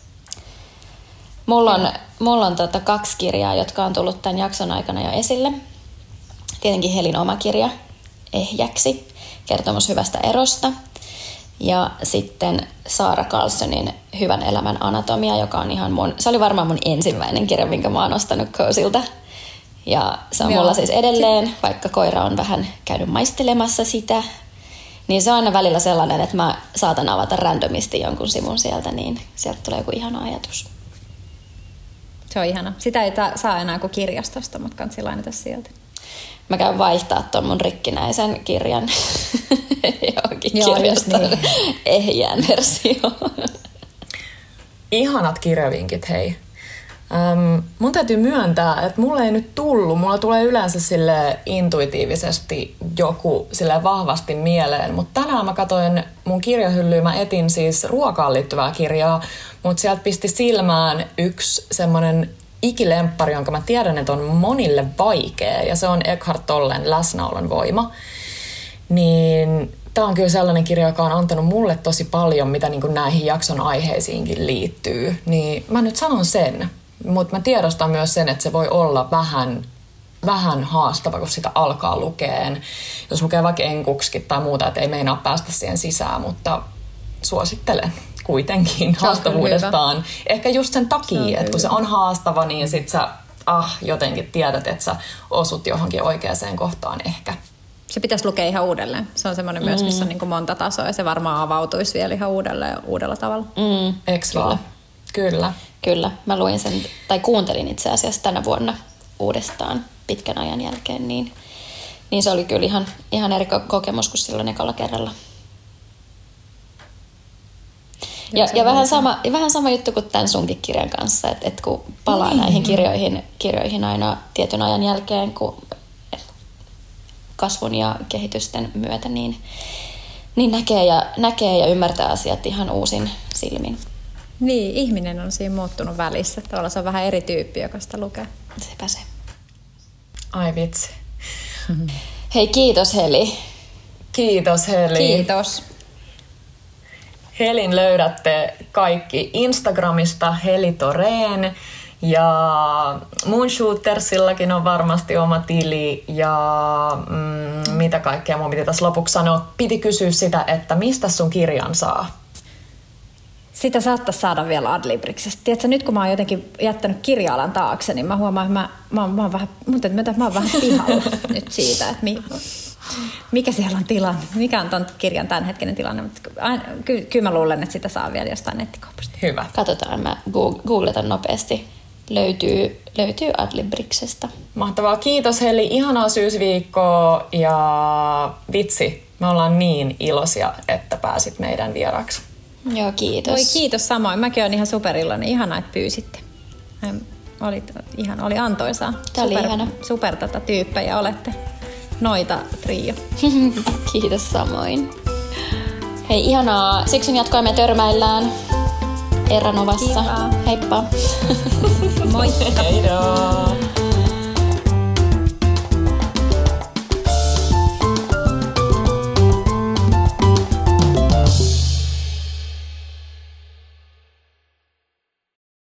Mulla on, mulla on tota kaksi kirjaa, jotka on tullut tämän jakson aikana jo esille. Tietenkin Helin oma kirja, Ehjäksi, kertomus hyvästä erosta. Ja sitten Saara Carlsonin Hyvän elämän anatomia, joka on ihan mun, se oli varmaan mun ensimmäinen kirja, minkä mä oon ostanut Cozyilta. Ja se on Joo. mulla siis edelleen, vaikka koira on vähän käynyt maistelemassa sitä, niin se on aina välillä sellainen, että mä saatan avata randomisti jonkun sivun sieltä, niin sieltä tulee joku ihana ajatus. Se on ihana. Sitä ei ta- saa enää kuin kirjastosta, mutta kannattaa lainata sieltä. Mä käyn vaihtaa tuon mun rikkinäisen kirjan johonkin Joo, kirjaston niin. ehjään versioon. Ihanat kirjavinkit, hei. Ähm, mun täytyy myöntää, että mulle ei nyt tullut. Mulla tulee yleensä sille intuitiivisesti joku sille vahvasti mieleen, mutta tänään mä katsoin mun kirjahyllyyn, mä etin siis ruokaan liittyvää kirjaa, mutta sieltä pisti silmään yksi semmonen ikilemppari, jonka mä tiedän, että on monille vaikea, ja se on Eckhart Tollen Läsnäolon voima. Niin tää on kyllä sellainen kirja, joka on antanut mulle tosi paljon, mitä niin kuin näihin jakson aiheisiinkin liittyy. Niin mä nyt sanon sen, mutta mä tiedostan myös sen, että se voi olla vähän, vähän haastava, kun sitä alkaa lukeen. Jos lukee vaikka enkuksikin tai muuta, että ei meinaa päästä siihen sisään, mutta suosittelen kuitenkin haastavuudestaan. Ehkä just sen takia, että kun se on haastava, niin sit sä ah, jotenkin tiedät, että sä osut johonkin oikeaan kohtaan ehkä. Se pitäisi lukea ihan uudelleen. Se on semmoinen mm. myös, missä on niin kuin monta tasoa ja se varmaan avautuisi vielä ihan uudelleen uudella tavalla. Mm. Eks vaan? Kyllä. Kyllä. Mä luin sen, tai kuuntelin itse asiassa tänä vuonna uudestaan pitkän ajan jälkeen, niin, niin se oli kyllä ihan, ihan eri kokemus kuin silloin ekalla kerralla. Ja, ja vähän, sama, vähän sama juttu kuin tämän sunkin kirjan kanssa, että, että kun palaa niin. näihin kirjoihin, kirjoihin aina tietyn ajan jälkeen, kun kasvun ja kehitysten myötä, niin, niin näkee, ja, näkee ja ymmärtää asiat ihan uusin silmin. Niin, ihminen on siinä muuttunut välissä. Tavallaan se on vähän eri tyyppi, joka sitä lukee. Sepä se. Ai vitsi. Mm-hmm. Hei, kiitos Heli. Kiitos Heli. Kiitos. Helin löydätte kaikki Instagramista Heli Thorén. Ja Moonshootersillakin on varmasti oma tili ja mm, mitä kaikkea mun piti tässä lopuksi sanoa. Piti kysyä sitä, että mistä sun kirjan saa? Sitä saattaisi saada vielä Adlibriksestä. Tiedätkö, nyt kun mä oon jotenkin jättänyt kirja-alan taakse, niin mä huomaan, että mä, mä, oon, mä oon vähän, mun täytyy myöntää, että mä oon vähän pihalla nyt siitä, että mi, mikä siellä on tilanne, mikä on ton kirjan tämänhetkinen tilanne. Mutta ky, kyllä mä luulen, että sitä saa vielä jostain nettikaupasta. Hyvä. Katsotaan, mä googletan nopeasti. Löytyy, löytyy Adlibriksestä. Mahtavaa. Kiitos Heli. Ihanaa syysviikkoa ja vitsi, me ollaan niin iloisia, että pääsit meidän vieraksi. Joo, kiitos. Voi kiitos samoin. Mäkin olen ihan superiloinen. Ihanaa, että pyysitte. Oli, ihan, oli antoisaa. Tämä oli super, ihana. Super tätä tyyppejä olette. Noita trio. Kiitos samoin. Hei, ihanaa. Syksyn jatkoa me törmäillään Erranovassa. Kiva. Heippa. Moikka. Heidoo.